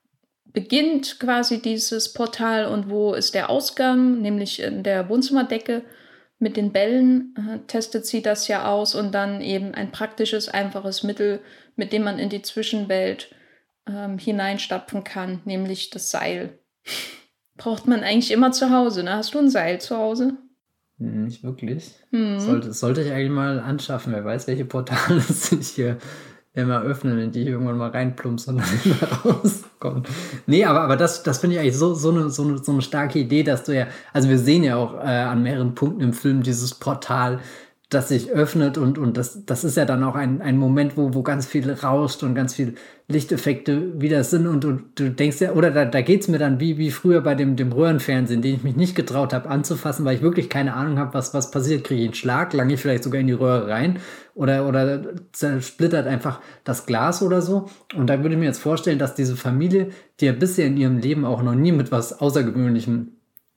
beginnt quasi dieses Portal und wo ist der Ausgang, nämlich in der Wohnzimmerdecke. Mit den Bällen testet sie das ja aus und dann eben ein praktisches, einfaches Mittel, mit dem man in die Zwischenwelt hineinstapfen kann, nämlich das Seil. Braucht man eigentlich immer zu Hause, ne? Hast du ein Seil zu Hause? Nicht wirklich. Sollte ich eigentlich mal anschaffen. Wer weiß, welche Portale sich hier immer öffnen, in die ich irgendwann mal reinplumpse und dann wieder rauskomme. Nee, aber das finde ich eigentlich so eine starke Idee, dass du ja, also wir sehen ja auch an mehreren Punkten im Film dieses Portal, das sich öffnet und das ist ja dann auch ein Moment, wo ganz viel rauscht und ganz viel Lichteffekte wieder sind und du denkst ja, oder da geht es mir dann wie früher bei dem Röhrenfernsehen, den ich mich nicht getraut habe anzufassen, weil ich wirklich keine Ahnung habe, was passiert. Kriege ich einen Schlag, lange ich vielleicht sogar in die Röhre rein oder zersplittert einfach das Glas oder so. Und da würde ich mir jetzt vorstellen, dass diese Familie, die ja bisher in ihrem Leben auch noch nie mit was Außergewöhnlichem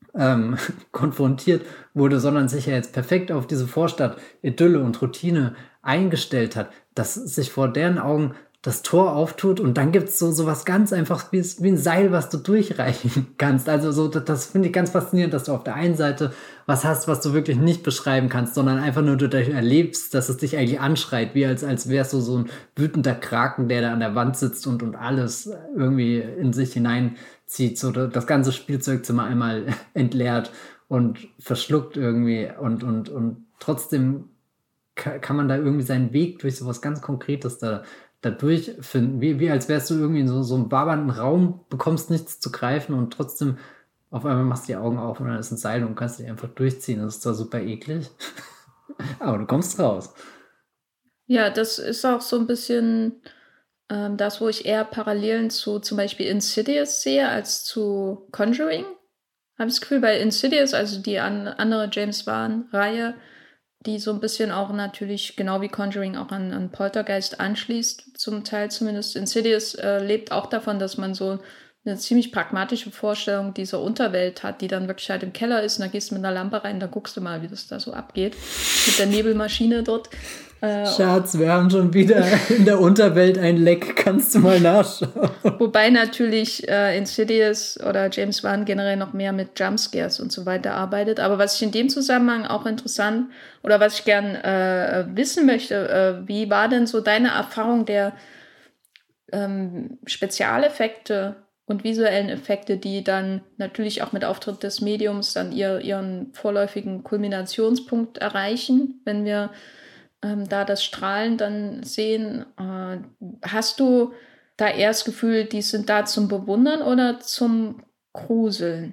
konfrontiert wurde, sondern sich ja jetzt perfekt auf diese Vorstadt-Idylle und Routine eingestellt hat, dass sich vor deren Augen das Tor auftut und dann gibt es so was ganz einfach wie ein Seil, was du durchreichen kannst. Also das finde ich ganz faszinierend, dass du auf der einen Seite was hast, was du wirklich nicht beschreiben kannst, sondern einfach nur du erlebst, dass es dich eigentlich anschreit, wie als wärst du so ein wütender Kraken, der da an der Wand sitzt und alles irgendwie in sich hineinzieht, so das ganze Spielzeugzimmer einmal entleert und verschluckt irgendwie und trotzdem kann man da irgendwie seinen Weg durch sowas ganz Konkretes da durchfinden, wie als wärst du irgendwie in so einem wabernden Raum, bekommst nichts zu greifen und trotzdem auf einmal machst du die Augen auf und dann ist ein Seil und kannst dich einfach durchziehen. Das ist zwar super eklig, aber du kommst raus. Ja, das ist auch so ein bisschen das, wo ich eher Parallelen zu zum Beispiel Insidious sehe, als zu Conjuring. Habe ich das Gefühl, bei Insidious, also die andere James Wan-Reihe, die so ein bisschen auch natürlich, genau wie Conjuring, auch an Poltergeist anschließt, zum Teil zumindest. Insidious lebt auch davon, dass man so eine ziemlich pragmatische Vorstellung dieser Unterwelt hat, die dann wirklich halt im Keller ist und da gehst du mit einer Lampe rein, da guckst du mal, wie das da so abgeht, mit der Nebelmaschine dort. Schatz, wir haben schon wieder in der Unterwelt ein Leck, kannst du mal nachschauen. Wobei natürlich Insidious oder James Wan generell noch mehr mit Jumpscares und so weiter arbeitet. Aber was ich in dem Zusammenhang auch interessant oder was ich gern wissen möchte, wie war denn so deine Erfahrung der Spezialeffekte und visuellen Effekte, die dann natürlich auch mit Auftritt des Mediums dann ihren vorläufigen Kulminationspunkt erreichen, wenn wir da das Strahlen dann sehen. Hast du da eher das Gefühl, die sind da zum Bewundern oder zum Gruseln?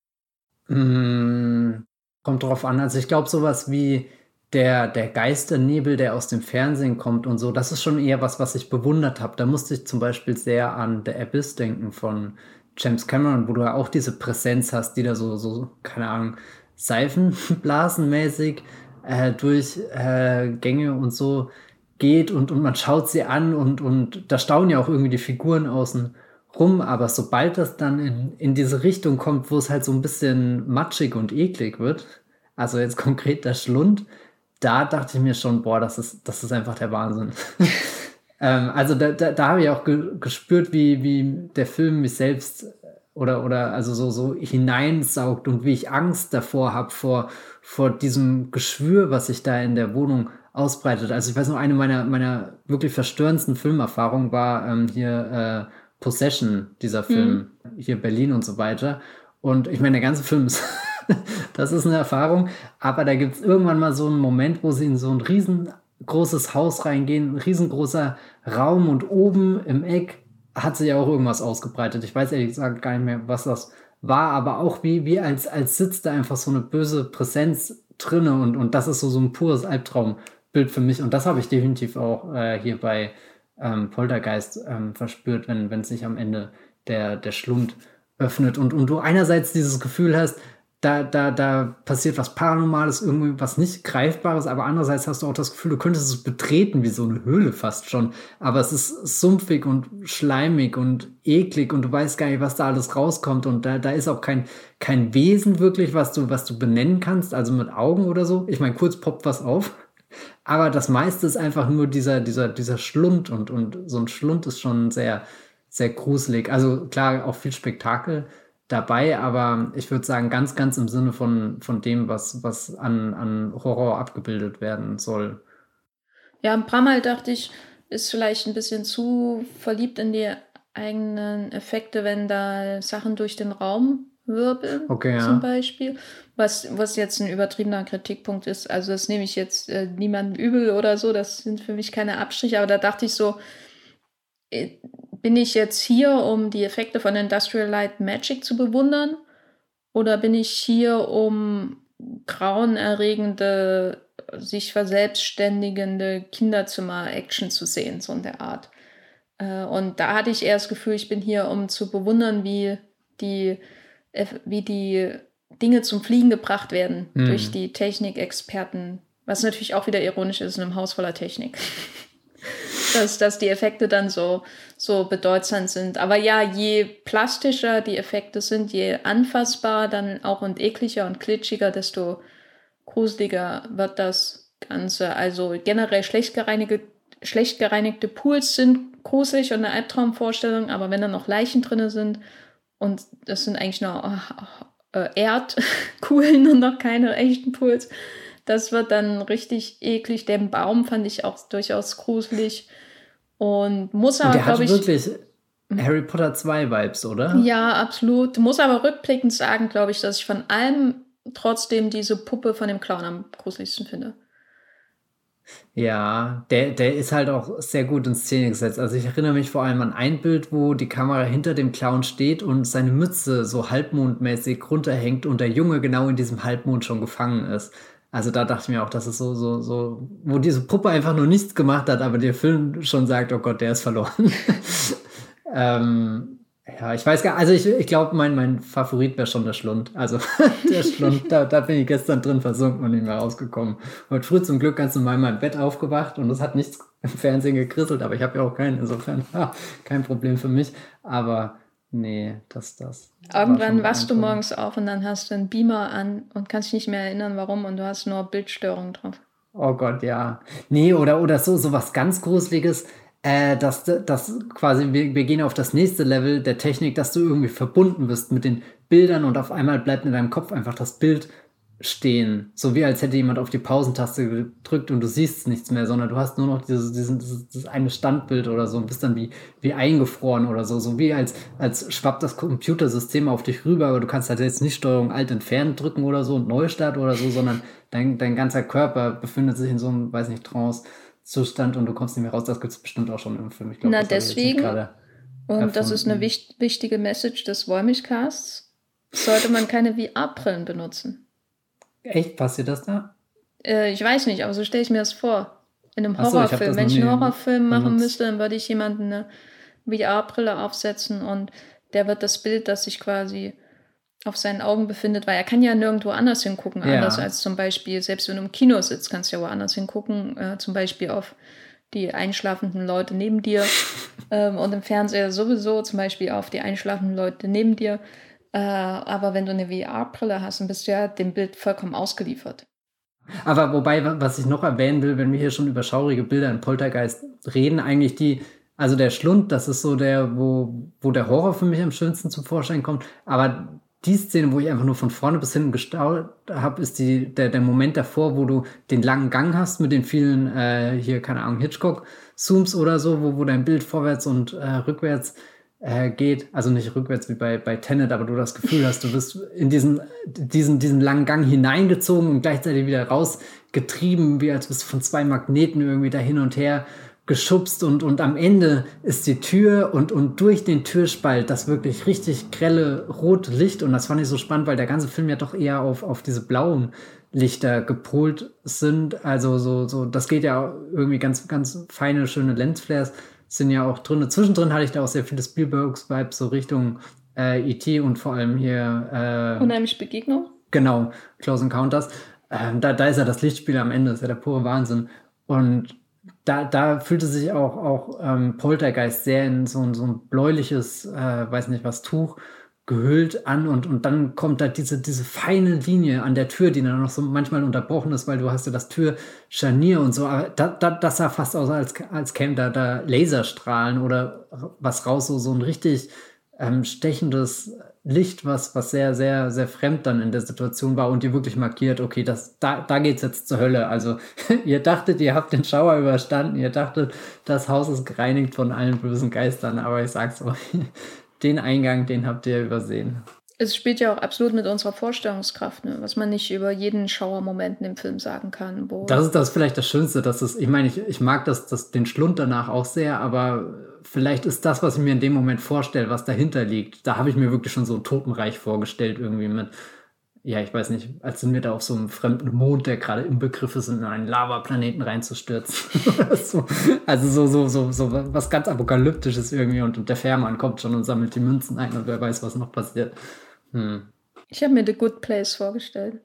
Kommt drauf an. Also ich glaube, sowas wie der Geisternebel, der aus dem Fernsehen kommt und so, das ist schon eher was ich bewundert habe. Da musste ich zum Beispiel sehr an The Abyss denken von James Cameron, wo du ja auch diese Präsenz hast, die da so keine Ahnung, Seifenblasenmäßig durch Gänge und so geht und man schaut sie an und da staunen ja auch irgendwie die Figuren außen rum, aber sobald das dann in diese Richtung kommt, wo es halt so ein bisschen matschig und eklig wird, also jetzt konkret der Schlund, da dachte ich mir schon, boah, das ist einfach der Wahnsinn. Also da habe ich auch gespürt, wie der Film mich selbst oder also so hineinsaugt und wie ich Angst davor habe, vor diesem Geschwür, was sich da in der Wohnung ausbreitet. Also ich weiß noch, eine meiner wirklich verstörendsten Filmerfahrungen war hier Possession, dieser Film, hier Berlin und so weiter. Und ich meine, der ganze Film ist, das ist eine Erfahrung, aber da gibt es irgendwann mal so einen Moment, wo sie in so ein riesengroßes Haus reingehen, ein riesengroßer Raum und oben im Eck hat sich auch irgendwas ausgebreitet. Ich weiß ehrlich gesagt gar nicht mehr, was das war, aber auch wie als sitzt da einfach so eine böse Präsenz drinne und das ist so ein pures Albtraumbild für mich und das habe ich definitiv auch hier bei Poltergeist verspürt, wenn sich am Ende der Schlund öffnet und du einerseits dieses Gefühl hast, da passiert was Paranormales, irgendwie was nicht Greifbares, aber andererseits hast du auch das Gefühl, du könntest es betreten wie so eine Höhle fast schon. Aber es ist sumpfig und schleimig und eklig und du weißt gar nicht, was da alles rauskommt. Und da ist auch kein Wesen wirklich, was du benennen kannst, also mit Augen oder so. Ich meine, kurz poppt was auf. Aber das meiste ist einfach nur dieser Schlund und so ein Schlund ist schon sehr, sehr gruselig. Also klar, auch viel Spektakel dabei, aber ich würde sagen, ganz, ganz im Sinne von dem, was an Horror abgebildet werden soll. Ja, ein paar Mal dachte ich, ist vielleicht ein bisschen zu verliebt in die eigenen Effekte, wenn da Sachen durch den Raum wirbeln, Okay, zum ja. Beispiel. Was jetzt ein übertriebener Kritikpunkt ist. Also das nehme ich jetzt niemandem übel oder so. Das sind für mich keine Abstriche. Aber da dachte ich so, bin ich jetzt hier, um die Effekte von Industrial Light Magic zu bewundern? Oder bin ich hier, um grauenerregende, sich verselbstständigende Kinderzimmer-Action zu sehen, so in der Art? Und da hatte ich eher das Gefühl, ich bin hier, um zu bewundern, wie die Dinge zum Fliegen gebracht werden durch die Technikexperten. Was natürlich auch wieder ironisch ist in einem Haus voller Technik. dass die Effekte dann so bedeutsam sind. Aber ja, je plastischer die Effekte sind, je anfassbarer dann auch und ekliger und glitschiger, desto gruseliger wird das Ganze. Also generell schlecht gereinigte Pools sind gruselig und eine Albtraumvorstellung, aber wenn da noch Leichen drin sind und das sind eigentlich nur Erdkugeln und noch keine echten Pools, das wird dann richtig eklig. Den Baum fand ich auch durchaus gruselig. Und muss aber, glaube ich... Der hat wirklich Harry Potter 2 Vibes, oder? Ja, absolut. Muss aber rückblickend sagen, glaube ich, dass ich von allem trotzdem diese Puppe von dem Clown am gruseligsten finde. Ja, der ist halt auch sehr gut in Szene gesetzt. Also ich erinnere mich vor allem an ein Bild, wo die Kamera hinter dem Clown steht und seine Mütze so halbmondmäßig runterhängt und der Junge genau in diesem Halbmond schon gefangen ist. Also da dachte ich mir auch, dass es so, wo diese Puppe einfach nur nichts gemacht hat, aber der Film schon sagt, oh Gott, der ist verloren. Ja, ich weiß gar nicht, also ich glaube, mein Favorit wäre schon der Schlund. Also der Schlund, da bin ich gestern drin versunken und nicht mehr rausgekommen. Heute früh zum Glück ganz normal in meinem Bett aufgewacht und es hat nichts im Fernsehen gekrisselt, aber ich habe ja auch keinen, insofern kein Problem für mich. Aber nee, das. Irgendwann wachst du morgens auf und dann hast du einen Beamer an und kannst dich nicht mehr erinnern, warum, und du hast nur Bildstörungen drauf. Oh Gott, ja. Nee, oder so was ganz Gruseliges. Dass quasi, wir gehen auf das nächste Level der Technik, dass du irgendwie verbunden wirst mit den Bildern und auf einmal bleibt in deinem Kopf einfach das Bild stehen. So wie als hätte jemand auf die Pausentaste gedrückt und du siehst nichts mehr, sondern du hast nur noch dieses eine Standbild oder so und bist dann wie eingefroren oder so. So wie als schwappt das Computersystem auf dich rüber, aber du kannst halt jetzt nicht Steuerung Alt entfernen drücken oder so und Neustart oder so, sondern dein ganzer Körper befindet sich in so einem, weiß nicht, Trance-Zustand und du kommst nicht mehr raus. Das gibt es bestimmt auch schon im Film. Ich glaub, na, deswegen, und das ist eine wichtige Message des Wollmilchcasts, sollte man keine VR-Brillen benutzen. Echt? Passiert das da? Ich weiß nicht, aber so stelle ich mir das vor. In einem Horrorfilm. Wenn ich einen Horrorfilm machen müsste, dann würde ich jemanden eine VR-Brille aufsetzen und der wird das Bild, das sich quasi auf seinen Augen befindet, weil er kann ja nirgendwo anders hingucken, anders als zum Beispiel, selbst wenn du im Kino sitzt, kannst du ja woanders hingucken, zum Beispiel auf die einschlafenden Leute neben dir und im Fernseher sowieso zum Beispiel auf die einschlafenden Leute neben dir. Aber wenn du eine VR-Brille hast, dann bist du ja dem Bild vollkommen ausgeliefert. Aber wobei, was ich noch erwähnen will, wenn wir hier schon über schaurige Bilder in Poltergeist reden, eigentlich also der Schlund, das ist so der, wo der Horror für mich am schönsten zum Vorschein kommt. Aber die Szene, wo ich einfach nur von vorne bis hinten gestaunt habe, ist der Moment davor, wo du den langen Gang hast mit den vielen, hier, keine Ahnung, Hitchcock-Zooms oder so, wo dein Bild vorwärts und rückwärts geht, also nicht rückwärts wie bei Tenet, aber du das Gefühl hast, du bist in diesen langen Gang hineingezogen und gleichzeitig wieder rausgetrieben, wie als bist du von zwei Magneten irgendwie da hin und her geschubst und am Ende ist die Tür und durch den Türspalt das wirklich richtig grelle rote Licht und das fand ich so spannend, weil der ganze Film ja doch eher auf diese blauen Lichter gepolt sind, also so das geht ja irgendwie ganz, ganz feine, schöne Lensflares sind ja auch drin. Zwischendrin hatte ich da auch sehr viele Spielbergs-Vibes, so Richtung E.T. und vor allem hier... Unheimliche Begegnung? Genau, Close Encounters. Da ist ja das Lichtspiel am Ende, ist ja der pure Wahnsinn. Und da fühlte sich auch Poltergeist sehr in so ein bläuliches, weiß nicht was, Tuch gehüllt an und dann kommt da diese feine Linie an der Tür, die dann noch so manchmal unterbrochen ist, weil du hast ja das Türscharnier und so. Aber das sah fast aus, als kämen da Laserstrahlen oder was raus, so ein richtig stechendes Licht, was sehr, sehr, sehr fremd dann in der Situation war und dir wirklich markiert, okay, da geht's jetzt zur Hölle. Also ihr dachtet, ihr habt den Schauer überstanden, ihr dachtet, das Haus ist gereinigt von allen bösen Geistern, aber ich sag's euch, den Eingang, den habt ihr übersehen. Es spielt ja auch absolut mit unserer Vorstellungskraft, ne? Was man nicht über jeden Schauermoment in dem Film sagen kann. Das ist das vielleicht das Schönste, ich meine, ich mag den Schlund danach auch sehr, aber vielleicht ist das, was ich mir in dem Moment vorstelle, was dahinter liegt, da habe ich mir wirklich schon so ein Totenreich vorgestellt irgendwie mit, ja, ich weiß nicht, als sind wir da auf so einem fremden Mond, der gerade im Begriff ist, in einen Lavaplaneten reinzustürzen. Also so was ganz Apokalyptisches irgendwie und der Fährmann kommt schon und sammelt die Münzen ein und wer weiß, was noch passiert. Ich habe mir The Good Place vorgestellt.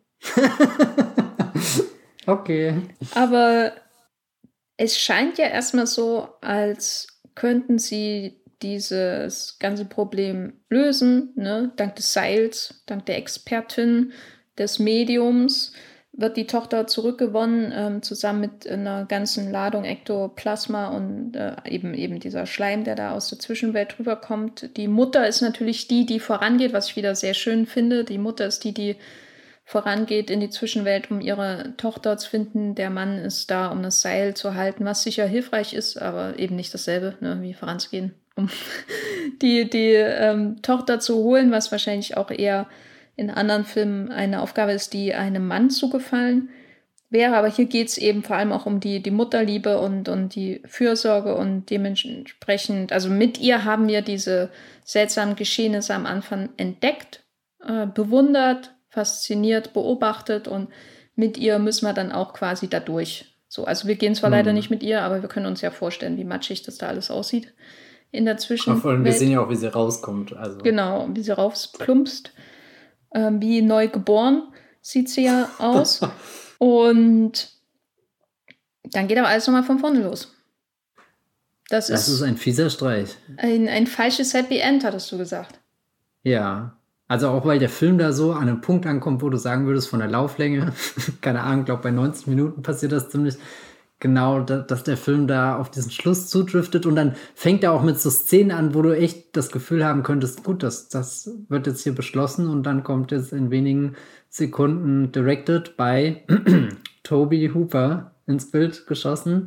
Okay. Aber es scheint ja erstmal so, als könnten sie dieses ganze Problem lösen, ne? Dank des Seils, dank der Expertin, des Mediums wird die Tochter zurückgewonnen, zusammen mit einer ganzen Ladung Ektoplasma und eben dieser Schleim, der da aus der Zwischenwelt rüberkommt. Die Mutter ist natürlich die vorangeht, was ich wieder sehr schön finde. Die Mutter ist die vorangeht in die Zwischenwelt, um ihre Tochter zu finden. Der Mann ist da, um das Seil zu halten, was sicher hilfreich ist, aber eben nicht dasselbe, ne, wie voranzugehen, um die Tochter zu holen, was wahrscheinlich auch eher in anderen Filmen eine Aufgabe ist, die einem Mann zugefallen wäre. Aber hier geht es eben vor allem auch um die Mutterliebe und die Fürsorge und dementsprechend, also mit ihr haben wir diese seltsamen Geschehnisse am Anfang entdeckt, bewundert, fasziniert, beobachtet und mit ihr müssen wir dann auch quasi da durch. So, also wir gehen zwar leider nicht mit ihr, aber wir können uns ja vorstellen, wie matschig das da alles aussieht in der Zwischenwelt. Vor allem, wir sehen ja auch, wie sie rauskommt. Also. Genau, wie sie rausplumpst. Wie neu geboren sieht sie ja aus. Und dann geht aber alles nochmal von vorne los. Das ist ein fieser Streich. Ein falsches Happy End, hattest du gesagt. Ja, also auch weil der Film da so an einem Punkt ankommt, wo du sagen würdest, von der Lauflänge, keine Ahnung, ich glaube bei 90 Minuten passiert das ziemlich genau, dass der Film da auf diesen Schluss zudriftet und dann fängt er auch mit so Szenen an, wo du echt das Gefühl haben könntest, gut, das wird jetzt hier beschlossen und dann kommt jetzt in wenigen Sekunden directed by Toby Hooper ins Bild geschossen.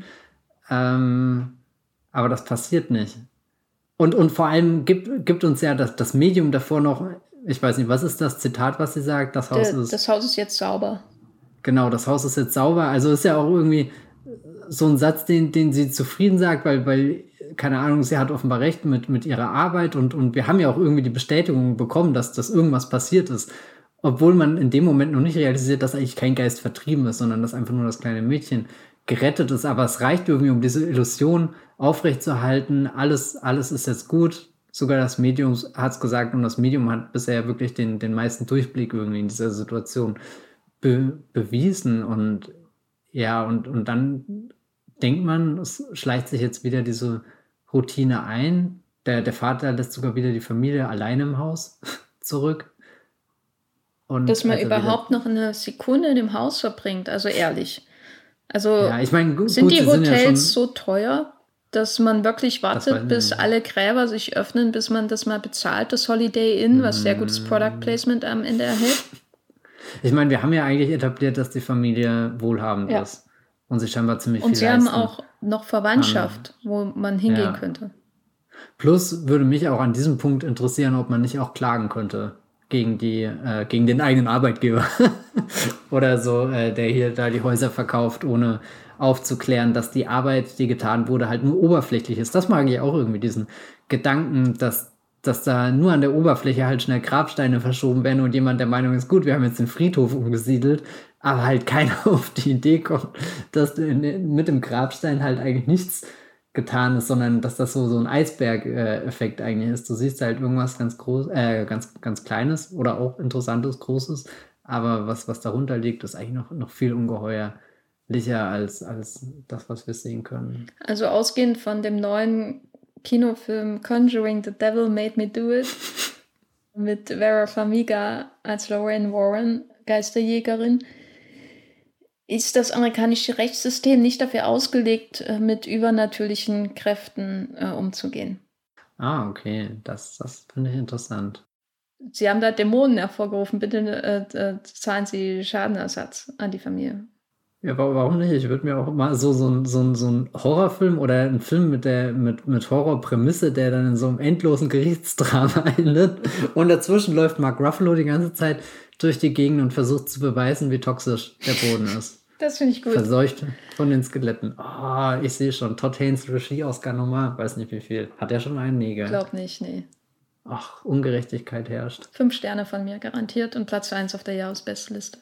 Aber das passiert nicht. Und vor allem gibt uns ja das Medium davor noch, ich weiß nicht, was ist das Zitat, was sie sagt? Das Haus ist jetzt sauber. Genau, das Haus ist jetzt sauber. Also ist ja auch irgendwie so ein Satz, den sie zufrieden sagt, weil, keine Ahnung, sie hat offenbar recht mit ihrer Arbeit und wir haben ja auch irgendwie die Bestätigung bekommen, dass irgendwas passiert ist. Obwohl man in dem Moment noch nicht realisiert, dass eigentlich kein Geist vertrieben ist, sondern dass einfach nur das kleine Mädchen gerettet ist. Aber es reicht irgendwie, um diese Illusion aufrechtzuerhalten. Alles ist jetzt gut. Sogar das Medium hat es gesagt und das Medium hat bisher wirklich den meisten Durchblick irgendwie in dieser Situation bewiesen. Und ja, und dann denkt man, es schleicht sich jetzt wieder diese Routine ein. Der Vater lässt sogar wieder die Familie alleine im Haus zurück. Und dass man überhaupt noch eine Sekunde in dem Haus verbringt, also ehrlich. Also ja, ich meine, sind die Hotels so teuer, dass man wirklich wartet, bis alle Gräber sich öffnen, bis man das mal bezahlt, das Holiday Inn, was sehr gutes Product Placement am Ende erhält? Ich meine, wir haben ja eigentlich etabliert, dass die Familie wohlhabend ist. Und sie scheinbar ziemlich viel leisten. Und sie haben auch noch Verwandtschaft, wo man hingehen könnte. Plus würde mich auch an diesem Punkt interessieren, ob man nicht auch klagen könnte gegen den eigenen Arbeitgeber oder so, der hier da die Häuser verkauft, ohne aufzuklären, dass die Arbeit, die getan wurde, halt nur oberflächlich ist. Das mag ich auch irgendwie, diesen Gedanken, dass da nur an der Oberfläche halt schnell Grabsteine verschoben werden und jemand der Meinung ist, gut, wir haben jetzt den Friedhof umgesiedelt, aber halt keiner auf die Idee kommt, dass mit dem Grabstein halt eigentlich nichts getan ist, sondern dass das so ein Eisberg-Effekt eigentlich ist. Du siehst halt irgendwas ganz groß, ganz Kleines oder auch Interessantes, Großes, aber was darunter liegt, ist eigentlich noch viel ungeheuerlicher als das, was wir sehen können. Also ausgehend von dem neuen Kinofilm Conjuring, The Devil Made Me Do It, mit Vera Farmiga als Lorraine Warren, Geisterjägerin, ist das amerikanische Rechtssystem nicht dafür ausgelegt, mit übernatürlichen Kräften umzugehen. Ah, okay, das finde ich interessant. Sie haben da Dämonen hervorgerufen, bitte zahlen Sie Schadenersatz an die Familie. Ja, warum nicht? Ich würde mir auch mal so einen Horrorfilm oder einen Film mit Horrorprämisse, der dann in so einem endlosen Gerichtsdrama endet und dazwischen läuft Mark Ruffalo die ganze Zeit durch die Gegend und versucht zu beweisen, wie toxisch der Boden ist. Das finde ich gut. Verseucht von den Skeletten. Oh, ich sehe schon. Todd Haynes Regie-Oscar Nummer, weiß nicht wie viel. Hat er schon einen? Nee, gell? Glaub nicht, nee. Ach, Ungerechtigkeit herrscht. 5 Sterne von mir, garantiert. Und Platz 1 auf der Jahresbestliste.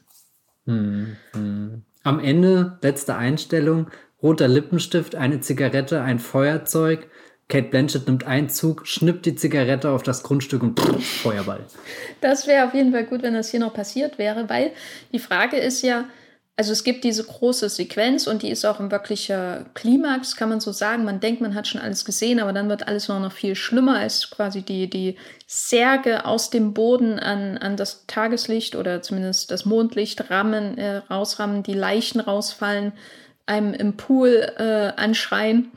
Am Ende, letzte Einstellung, roter Lippenstift, eine Zigarette, ein Feuerzeug. Cate Blanchett nimmt einen Zug, schnippt die Zigarette auf das Grundstück und Feuerball. Das wäre auf jeden Fall gut, wenn das hier noch passiert wäre, weil die Frage ist ja, also es gibt diese große Sequenz und die ist auch ein wirklicher Klimax, kann man so sagen. Man denkt, man hat schon alles gesehen, aber dann wird alles noch viel schlimmer, als quasi die Särge aus dem Boden an das Tageslicht oder zumindest das Mondlicht rausrammen, die Leichen rausfallen, einem im Pool anschreien.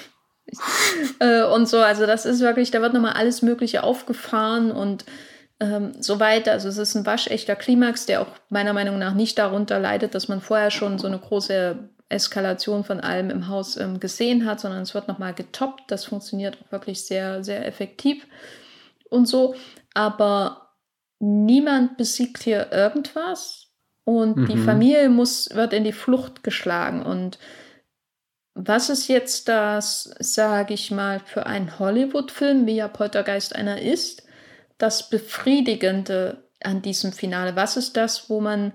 Und so, also das ist wirklich, da wird nochmal alles Mögliche aufgefahren und so weiter. Also es ist ein waschechter Klimax, der auch meiner Meinung nach nicht darunter leidet, dass man vorher schon so eine große Eskalation von allem im Haus gesehen hat, sondern es wird nochmal getoppt. Das funktioniert auch wirklich sehr, sehr effektiv und so. Aber niemand besiegt hier irgendwas und die Familie wird in die Flucht geschlagen. Und was ist jetzt das, sage ich mal, für einen Hollywood-Film, wie ja Poltergeist einer ist, das Befriedigende an diesem Finale? Was ist das, wo man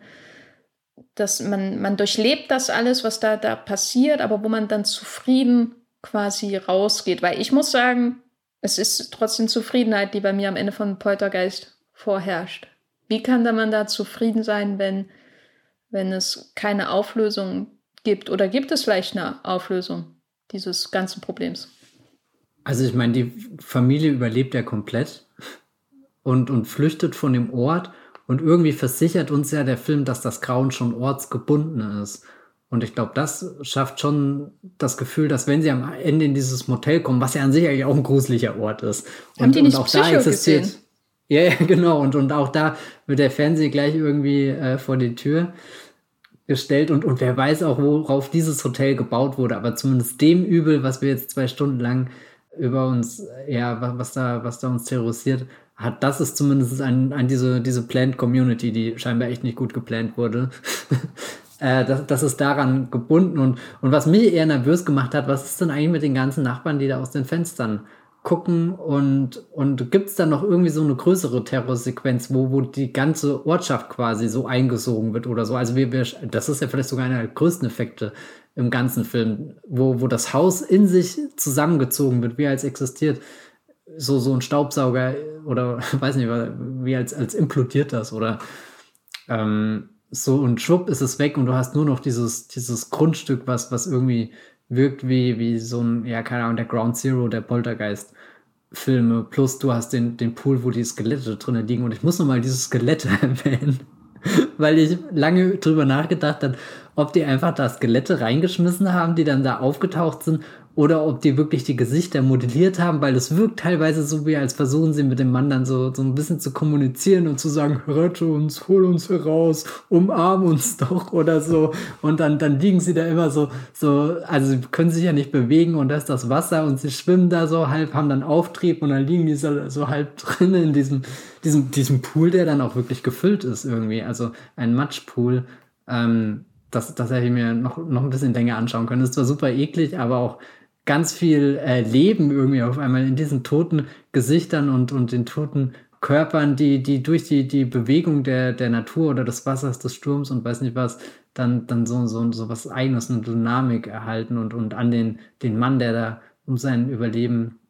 durchlebt das alles, was da passiert, aber wo man dann zufrieden quasi rausgeht? Weil ich muss sagen, es ist trotzdem Zufriedenheit, die bei mir am Ende von Poltergeist vorherrscht. Wie kann man da zufrieden sein, wenn es keine Auflösung gibt? Oder gibt es vielleicht eine Auflösung dieses ganzen Problems? Also ich meine, die Familie überlebt ja komplett. Und flüchtet von dem Ort und irgendwie versichert uns ja der Film, dass das Grauen schon ortsgebunden ist. Und ich glaube, das schafft schon das Gefühl, dass wenn sie am Ende in dieses Motel kommen, was ja an sich eigentlich auch ein gruseliger Ort ist. Haben die nicht auch Psycho da existiert. Gesehen? Ja, genau. Und auch da wird der Fernseher gleich irgendwie vor die Tür gestellt. Und wer weiß auch, worauf dieses Hotel gebaut wurde. Aber zumindest dem Übel, was wir jetzt 2 Stunden lang über uns, was da uns terrorisiert hat, das ist zumindest an diese Planned Community, die scheinbar echt nicht gut geplant wurde. Das ist daran gebunden. Und was mich eher nervös gemacht hat, was ist denn eigentlich mit den ganzen Nachbarn, die da aus den Fenstern gucken? Und gibt es da noch irgendwie so eine größere Terrorsequenz, wo die ganze Ortschaft quasi so eingesogen wird oder so? Also das ist ja vielleicht sogar einer der größten Effekte im ganzen Film, wo das Haus in sich zusammengezogen wird, wie als existiert. So ein Staubsauger oder weiß nicht, wie als implodiert das oder so und schwupp ist es weg und du hast nur noch dieses Grundstück, was irgendwie wirkt wie so ein, ja, keine Ahnung, der Ground Zero der Poltergeist-Filme, plus du hast den Pool, wo die Skelette drin liegen und ich muss nochmal diese Skelette erwähnen, weil ich lange drüber nachgedacht habe, ob die einfach da Skelette reingeschmissen haben, die dann da aufgetaucht sind, oder ob die wirklich die Gesichter modelliert haben, weil es wirkt teilweise so, wie als versuchen sie mit dem Mann dann so ein bisschen zu kommunizieren und zu sagen, rette uns, hol uns heraus, umarm uns doch oder so. Und dann liegen sie da immer so, also sie können sich ja nicht bewegen und da ist das Wasser und sie schwimmen da so halb, haben dann Auftrieb und dann liegen die so halb drin in diesem Pool, der dann auch wirklich gefüllt ist irgendwie. Also ein Matschpool. Das hätte ich mir noch ein bisschen länger anschauen können. Das ist zwar super eklig, aber auch ganz viel Leben irgendwie auf einmal in diesen toten Gesichtern und den toten Körpern, die durch die Bewegung der Natur oder des Wassers, des Sturms und weiß nicht was, dann so was Eigenes, eine Dynamik erhalten und an den Mann, der da um sein Überleben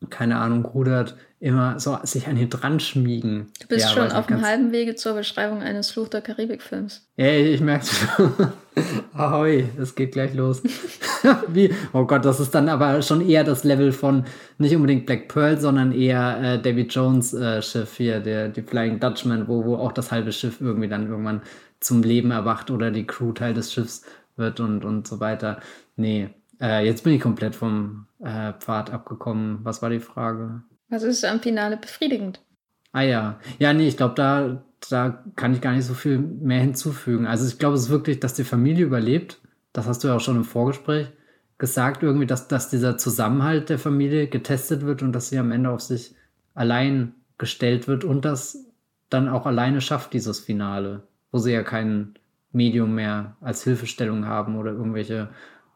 keine Ahnung, rudert, immer so sich an ihn dran schmiegen. Du bist Ja, schon weiß auf nicht, dem halben Wege zur Beschreibung eines Fluch der Karibik-Films. Ja, ich merke schon. Ahoi, es geht gleich los. Wie? Oh Gott, das ist dann aber schon eher das Level von nicht unbedingt Black Pearl, sondern eher Davy Jones Schiff hier, die Flying Dutchman, wo auch das halbe Schiff irgendwie dann irgendwann zum Leben erwacht oder die Crew Teil des Schiffs wird und so weiter. Nee, jetzt bin ich komplett vom Pfad abgekommen. Was war die Frage? Was ist am Finale befriedigend? Ah ja. Ja, nee, ich glaube, da kann ich gar nicht so viel mehr hinzufügen. Also ich glaube, es ist wirklich, dass die Familie überlebt. Das hast du ja auch schon im Vorgespräch gesagt, irgendwie, dass dieser Zusammenhalt der Familie getestet wird und dass sie am Ende auf sich allein gestellt wird und das dann auch alleine schafft, dieses Finale, wo sie ja kein Medium mehr als Hilfestellung haben oder irgendwelche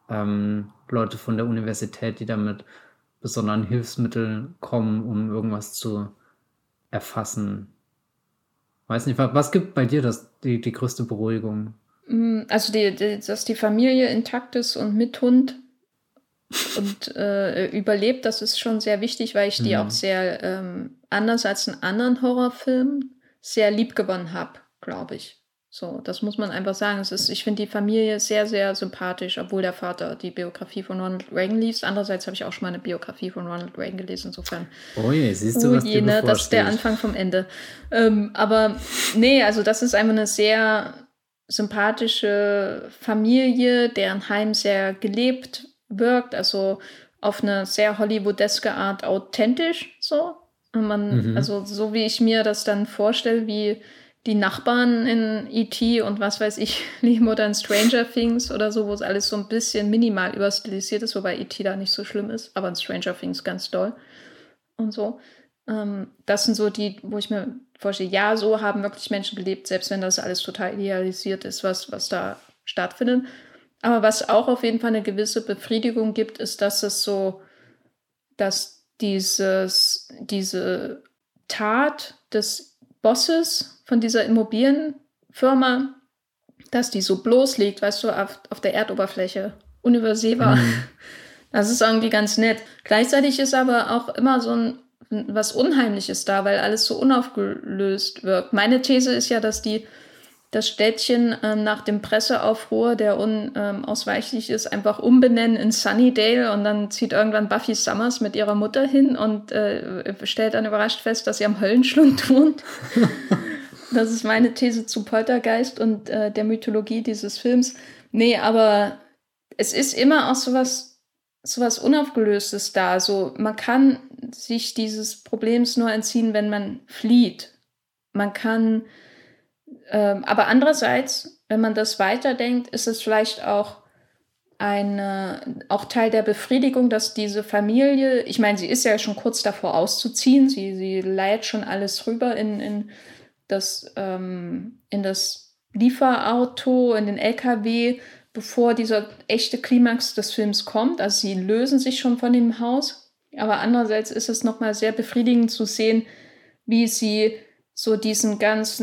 Leute von der Universität, die da mit besonderen Hilfsmitteln kommen, um irgendwas zu erfassen. Weiß nicht, was gibt bei dir die größte Beruhigung? Also, dass die Familie intakt ist und mit Hund und überlebt, das ist schon sehr wichtig, weil ich die auch sehr, anders als in anderen Horrorfilmen, sehr lieb gewonnen habe, glaube ich. So, das muss man einfach sagen. Ich finde die Familie sehr, sehr sympathisch, obwohl der Vater die Biografie von Ronald Reagan liest. Andererseits habe ich auch schon mal eine Biografie von Ronald Reagan gelesen, insofern. Oh je, siehst du, was dir bevorsteht. Das ist der Anfang vom Ende. Aber nee, also das ist einfach eine sehr sympathische Familie, deren Heim sehr gelebt wirkt, also auf eine sehr hollywoodeske Art authentisch so. Und also so wie ich mir das dann vorstelle, wie die Nachbarn in E.T. und was weiß ich, Leben oder in Stranger Things oder so, wo es alles so ein bisschen minimal überstilisiert ist, wobei E.T. da nicht so schlimm ist, aber in Stranger Things ganz doll und so. Das sind so die, wo ich mir vorstelle, ja, so haben wirklich Menschen gelebt, selbst wenn das alles total idealisiert ist, was da stattfindet. Aber was auch auf jeden Fall eine gewisse Befriedigung gibt, ist, dass diese Tat des Bosses von dieser Immobilienfirma, dass die so bloß liegt, weißt du, auf der Erdoberfläche, unübersehbar. Das ist irgendwie ganz nett. Gleichzeitig ist aber auch immer so was Unheimliches da, weil alles so unaufgelöst wirkt. Meine These ist ja, dass das Städtchen nach dem Presseaufruhr, der unausweichlich ist, einfach umbenennen in Sunnydale und dann zieht irgendwann Buffy Summers mit ihrer Mutter hin und stellt dann überrascht fest, dass sie am Höllenschlund wohnt. Das ist meine These zu Poltergeist und der Mythologie dieses Films. Nee, aber es ist immer auch sowas Unaufgelöstes da. So, man kann sich dieses Problems nur entziehen, wenn man flieht. Man kann, aber andererseits, wenn man das weiterdenkt, ist es vielleicht auch Teil der Befriedigung, dass diese Familie, ich meine, sie ist ja schon kurz davor auszuziehen, sie leiht schon alles rüber in das Lieferauto, in den LKW, bevor dieser echte Klimax des Films kommt. Also sie lösen sich schon von dem Haus. Aber andererseits ist es nochmal sehr befriedigend zu sehen, wie sie so dieses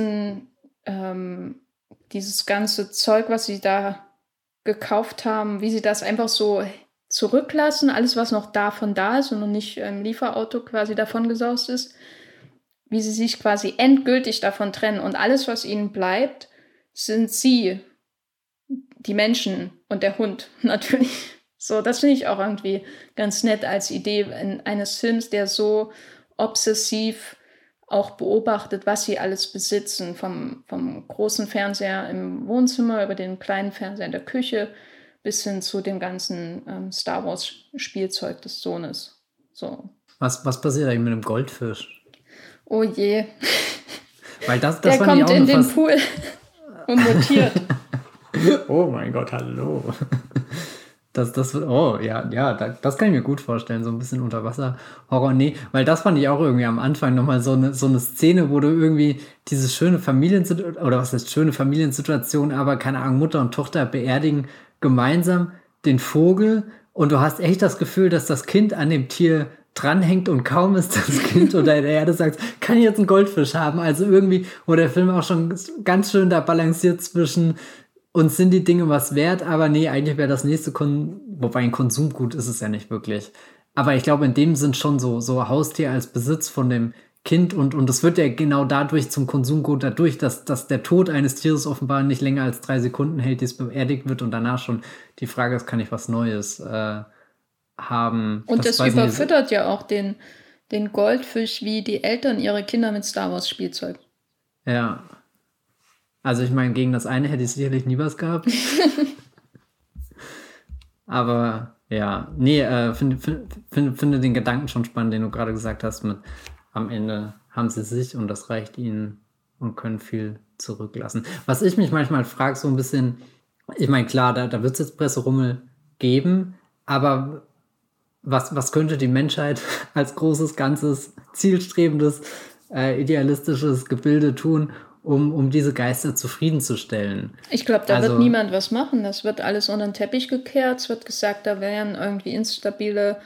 ganze Zeug, was sie da gekauft haben, wie sie das einfach so zurücklassen. Alles, was noch davon da ist und noch nicht im Lieferauto quasi davon gesaust ist. Wie sie sich quasi endgültig davon trennen. Und alles, was ihnen bleibt, sind sie, die Menschen und der Hund natürlich. So, das finde ich auch irgendwie ganz nett als Idee eines Films, der so obsessiv auch beobachtet, was sie alles besitzen. Vom großen Fernseher im Wohnzimmer über den kleinen Fernseher in der Küche bis hin zu dem ganzen Star Wars Spielzeug des Sohnes. So. Was passiert eigentlich mit dem Goldfisch? Oh je. Weil das der kommt in den Pool und mutiert. Oh mein Gott, hallo. Das wird, das kann ich mir gut vorstellen, so ein bisschen Unterwasser-Horror. Nee, weil das fand ich auch irgendwie am Anfang nochmal so eine Szene, wo du irgendwie diese schöne Familiensituation, oder was heißt schöne Familiensituation, aber keine Ahnung, Mutter und Tochter beerdigen gemeinsam den Vogel und du hast echt das Gefühl, dass das Kind an dem Tier dranhängt und kaum ist das Kind unter der Erde sagt, kann ich jetzt einen Goldfisch haben? Also irgendwie, wo der Film auch schon ganz schön da balanciert zwischen uns sind die Dinge was wert, aber nee, eigentlich wäre das nächste wobei ein Konsumgut ist es ja nicht wirklich, Aber ich glaube, in dem sind schon so Haustier als Besitz von dem Kind und es wird ja genau dadurch zum Konsumgut, dadurch, dass der Tod eines Tieres offenbar nicht länger als 3 Sekunden hält, die es beerdigt wird und danach schon die Frage ist, kann ich was Neues haben? Und das überfüttert ja auch den Goldfisch wie die Eltern ihre Kinder mit Star Wars Spielzeug. Ja. Also ich meine, gegen das eine hätte ich sicherlich nie was gehabt. Aber ja, nee, finde den Gedanken schon spannend, den du gerade gesagt hast, mit am Ende haben sie sich und das reicht ihnen und können viel zurücklassen. Was ich mich manchmal frage, so ein bisschen, ich meine, klar, da wird es jetzt Presserummel geben, aber was könnte die Menschheit als großes, ganzes, zielstrebendes, idealistisches Gebilde tun, um diese Geister zufriedenzustellen? Ich glaube, da wird niemand was machen. Das wird alles unter den Teppich gekehrt. Es wird gesagt, da wären irgendwie instabile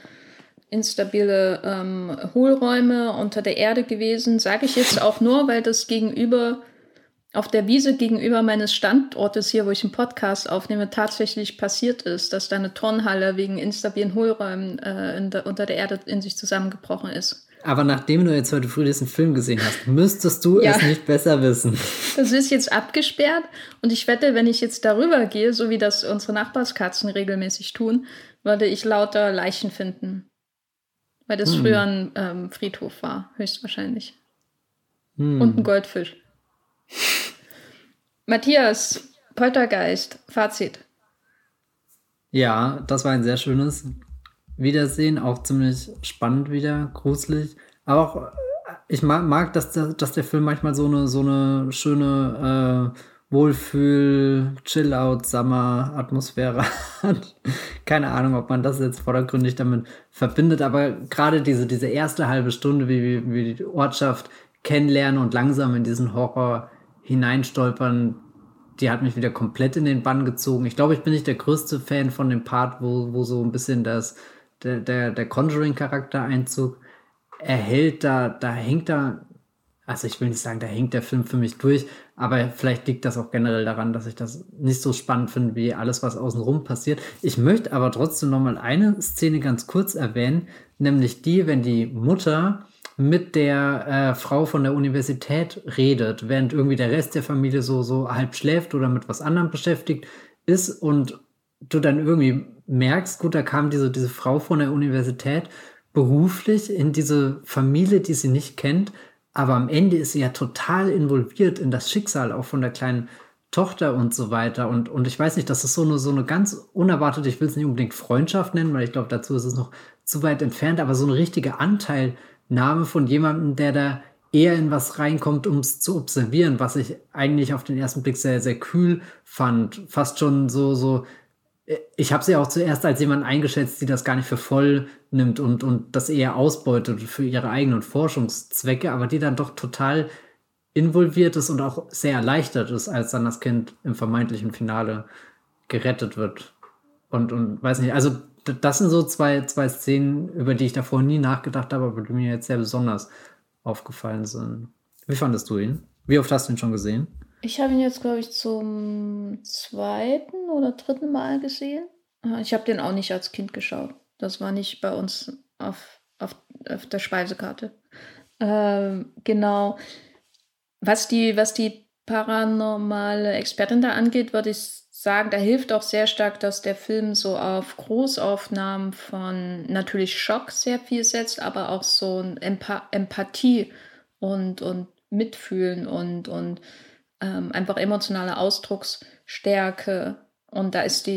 Hohlräume unter der Erde gewesen. Sage ich jetzt auch nur, weil das auf der Wiese gegenüber meines Standortes hier, wo ich einen Podcast aufnehme, tatsächlich passiert ist, dass da eine Turnhalle wegen instabilen Hohlräumen unter der Erde in sich zusammengebrochen ist. Aber nachdem du jetzt heute früh diesen Film gesehen hast, müsstest du es nicht besser wissen. Das ist jetzt abgesperrt und ich wette, wenn ich jetzt darüber gehe, so wie das unsere Nachbarskatzen regelmäßig tun, würde ich lauter Leichen finden. Weil das früher ein Friedhof war, höchstwahrscheinlich. Und ein Goldfisch. Matthias, Poltergeist, Fazit. Ja, das war ein sehr schönes Wiedersehen, auch ziemlich spannend wieder, gruselig. Aber auch, ich mag dass der Film manchmal so eine schöne Wohlfühl, Chill-out, Summer-Atmosphäre hat. Keine Ahnung, ob man das jetzt vordergründig damit verbindet, aber gerade diese erste halbe Stunde, wie wir die Ortschaft kennenlernen und langsam in diesen Horror hineinstolpern, die hat mich wieder komplett in den Bann gezogen. Ich glaube, ich bin nicht der größte Fan von dem Part, wo so ein bisschen der Conjuring-Charakter Einzug erhält. Da hängt also ich will nicht sagen, da hängt der Film für mich durch, aber vielleicht liegt das auch generell daran, dass ich das nicht so spannend finde, wie alles, was außenrum passiert. Ich möchte aber trotzdem nochmal eine Szene ganz kurz erwähnen, nämlich die, wenn die Mutter mit der Frau von der Universität redet, während irgendwie der Rest der Familie so halb schläft oder mit was anderem beschäftigt ist und du dann irgendwie merkst, gut, da kam diese Frau von der Universität beruflich in diese Familie, die sie nicht kennt, aber am Ende ist sie ja total involviert in das Schicksal auch von der kleinen Tochter und so weiter und ich weiß nicht, das ist so eine ganz unerwartete, ich will es nicht unbedingt Freundschaft nennen, weil ich glaube, dazu ist es noch zu weit entfernt, aber so eine richtige Anteilnahme von jemandem, der da eher in was reinkommt, um es zu observieren, was ich eigentlich auf den ersten Blick sehr, sehr kühl fand. Fast schon so ich habe sie auch zuerst als jemand eingeschätzt, die das gar nicht für voll nimmt und das eher ausbeutet für ihre eigenen Forschungszwecke, aber die dann doch total involviert ist und auch sehr erleichtert ist, als dann das Kind im vermeintlichen Finale gerettet wird. Und weiß nicht, also das sind so zwei Szenen, über die ich davor nie nachgedacht habe, aber die mir jetzt sehr besonders aufgefallen sind. Wie fandest du ihn? Wie oft hast du ihn schon gesehen? Ich habe ihn jetzt, glaube ich, zum 2. oder 3. Mal gesehen. Ich habe den auch nicht als Kind geschaut. Das war nicht bei uns auf der Speisekarte. Genau. Was die paranormale Expertin da angeht, würde ich sagen, da hilft auch sehr stark, dass der Film so auf Großaufnahmen von natürlich Schock sehr viel setzt, aber auch so ein Empathie und Mitfühlen und einfach emotionale Ausdrucksstärke. Und da ist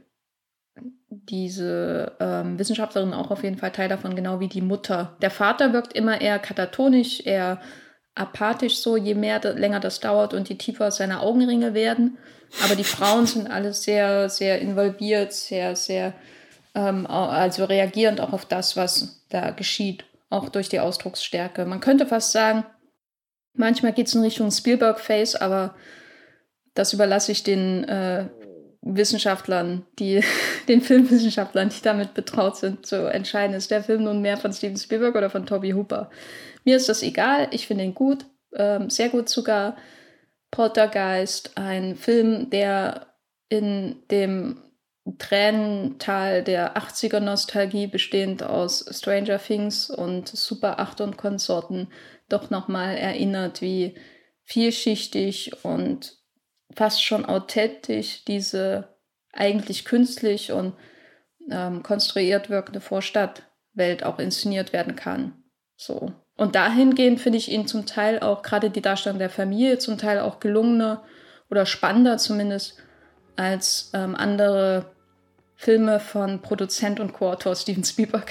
diese Wissenschaftlerin auch auf jeden Fall Teil davon, genau wie die Mutter. Der Vater wirkt immer eher katatonisch, eher apathisch so, je länger das dauert und je tiefer seine Augenringe werden. Aber die Frauen sind alle sehr, sehr involviert, sehr, sehr also reagierend auch auf das, was da geschieht, auch durch die Ausdrucksstärke. Man könnte fast sagen, manchmal geht es in Richtung Spielberg-Face, aber das überlasse ich den Wissenschaftlern, den Filmwissenschaftlern, die damit betraut sind, zu entscheiden, ist der Film nun mehr von Steven Spielberg oder von Tobe Hooper. Mir ist das egal, ich finde ihn gut, sehr gut sogar. Poltergeist, ein Film, der in dem Tränental der 80er-Nostalgie, bestehend aus Stranger Things und Super 8 und Konsorten, doch nochmal erinnert, wie vielschichtig und fast schon authentisch diese eigentlich künstlich und konstruiert wirkende Vorstadtwelt auch inszeniert werden kann. So. Und dahingehend finde ich ihn zum Teil auch, gerade die Darstellung der Familie, zum Teil auch gelungener oder spannender zumindest als andere Filme von Produzent und Co-Autor Steven Spielberg.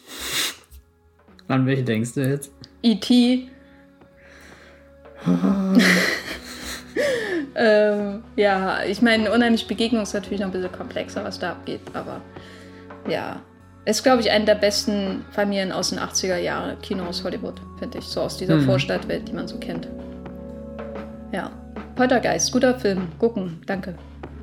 An welche denkst du jetzt? E.T. Ja, ich meine, Unheimliche Begegnung ist natürlich noch ein bisschen komplexer, was da abgeht, aber ja, ist, glaube ich, eine der besten Familien aus den 80er Jahren Kino aus Hollywood, finde ich, so aus dieser Vorstadtwelt, die man so kennt. Ja, Poltergeist, guter Film, gucken, danke.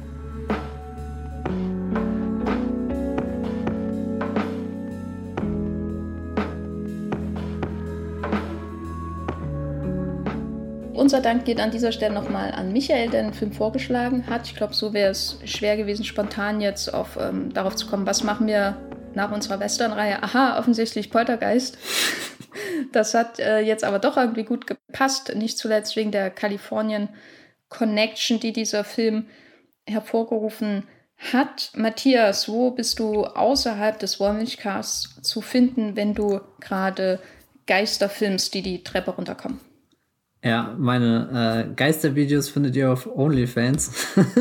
Unser Dank geht an dieser Stelle nochmal an Michael, der den Film vorgeschlagen hat. Ich glaube, so wäre es schwer gewesen, spontan jetzt darauf zu kommen, was machen wir nach unserer Western-Reihe. Aha, offensichtlich Poltergeist. Das hat jetzt aber doch irgendwie gut gepasst, nicht zuletzt wegen der Kalifornien-Connection, die dieser Film hervorgerufen hat. Matthias, wo bist du außerhalb des Wollmilchcasts zu finden, wenn du gerade Geister filmst, die die Treppe runterkommen? Ja, meine Geistervideos findet ihr auf OnlyFans.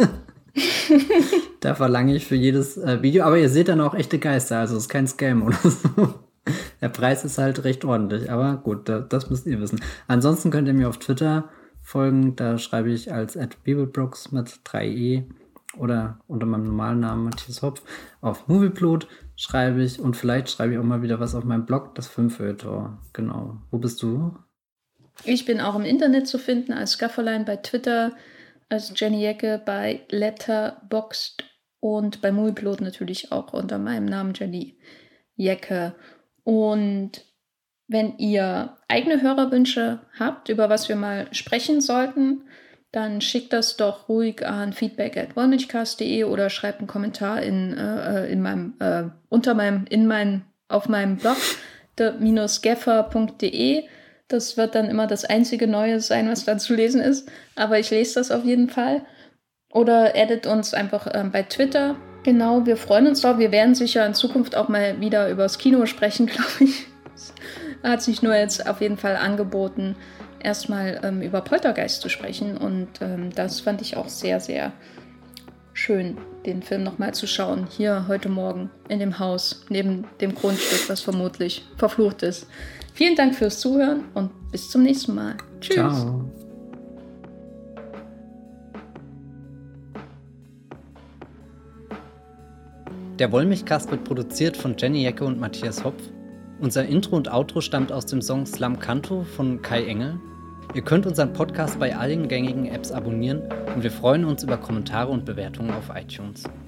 Da verlange ich für jedes Video, aber ihr seht dann auch echte Geister, also es ist kein Scam oder so. Der Preis ist halt recht ordentlich, aber gut, das müsst ihr wissen. Ansonsten könnt ihr mir auf Twitter folgen, da schreibe ich als @bibelbrooks mit 3e oder unter meinem normalen Namen Matthias Hopf. Auf Movieplot schreibe ich und vielleicht schreibe ich auch mal wieder was auf meinem Blog, das Filmfeuilleton. Genau. Wo bist du? Ich bin auch im Internet zu finden als Gafferlein bei Twitter, als Jenny Jecke bei Letterboxd und bei Movieplot natürlich auch unter meinem Namen Jenny Jecke. Und wenn ihr eigene Hörerwünsche habt, über was wir mal sprechen sollten, dann schickt das doch ruhig an feedback@wollmilchcast.de oder schreibt einen Kommentar auf meinem Blog -geffer.de. Das wird dann immer das einzige Neue sein, was da zu lesen ist. Aber ich lese das auf jeden Fall. Oder addet uns einfach bei Twitter. Genau, wir freuen uns drauf. Wir werden sicher in Zukunft auch mal wieder über das Kino sprechen, glaube ich. Hat sich nur jetzt auf jeden Fall angeboten, erstmal über Poltergeist zu sprechen. Und das fand ich auch sehr, sehr schön, den Film nochmal zu schauen. Hier heute Morgen in dem Haus, neben dem Grundstück, was vermutlich verflucht ist. Vielen Dank fürs Zuhören und bis zum nächsten Mal. Tschüss. Ciao. Der Wollmilchcast wird produziert von Jenny Jecke und Matthias Hopf. Unser Intro und Outro stammt aus dem Song Slam Canto von Kai Engel. Ihr könnt unseren Podcast bei allen gängigen Apps abonnieren und wir freuen uns über Kommentare und Bewertungen auf iTunes.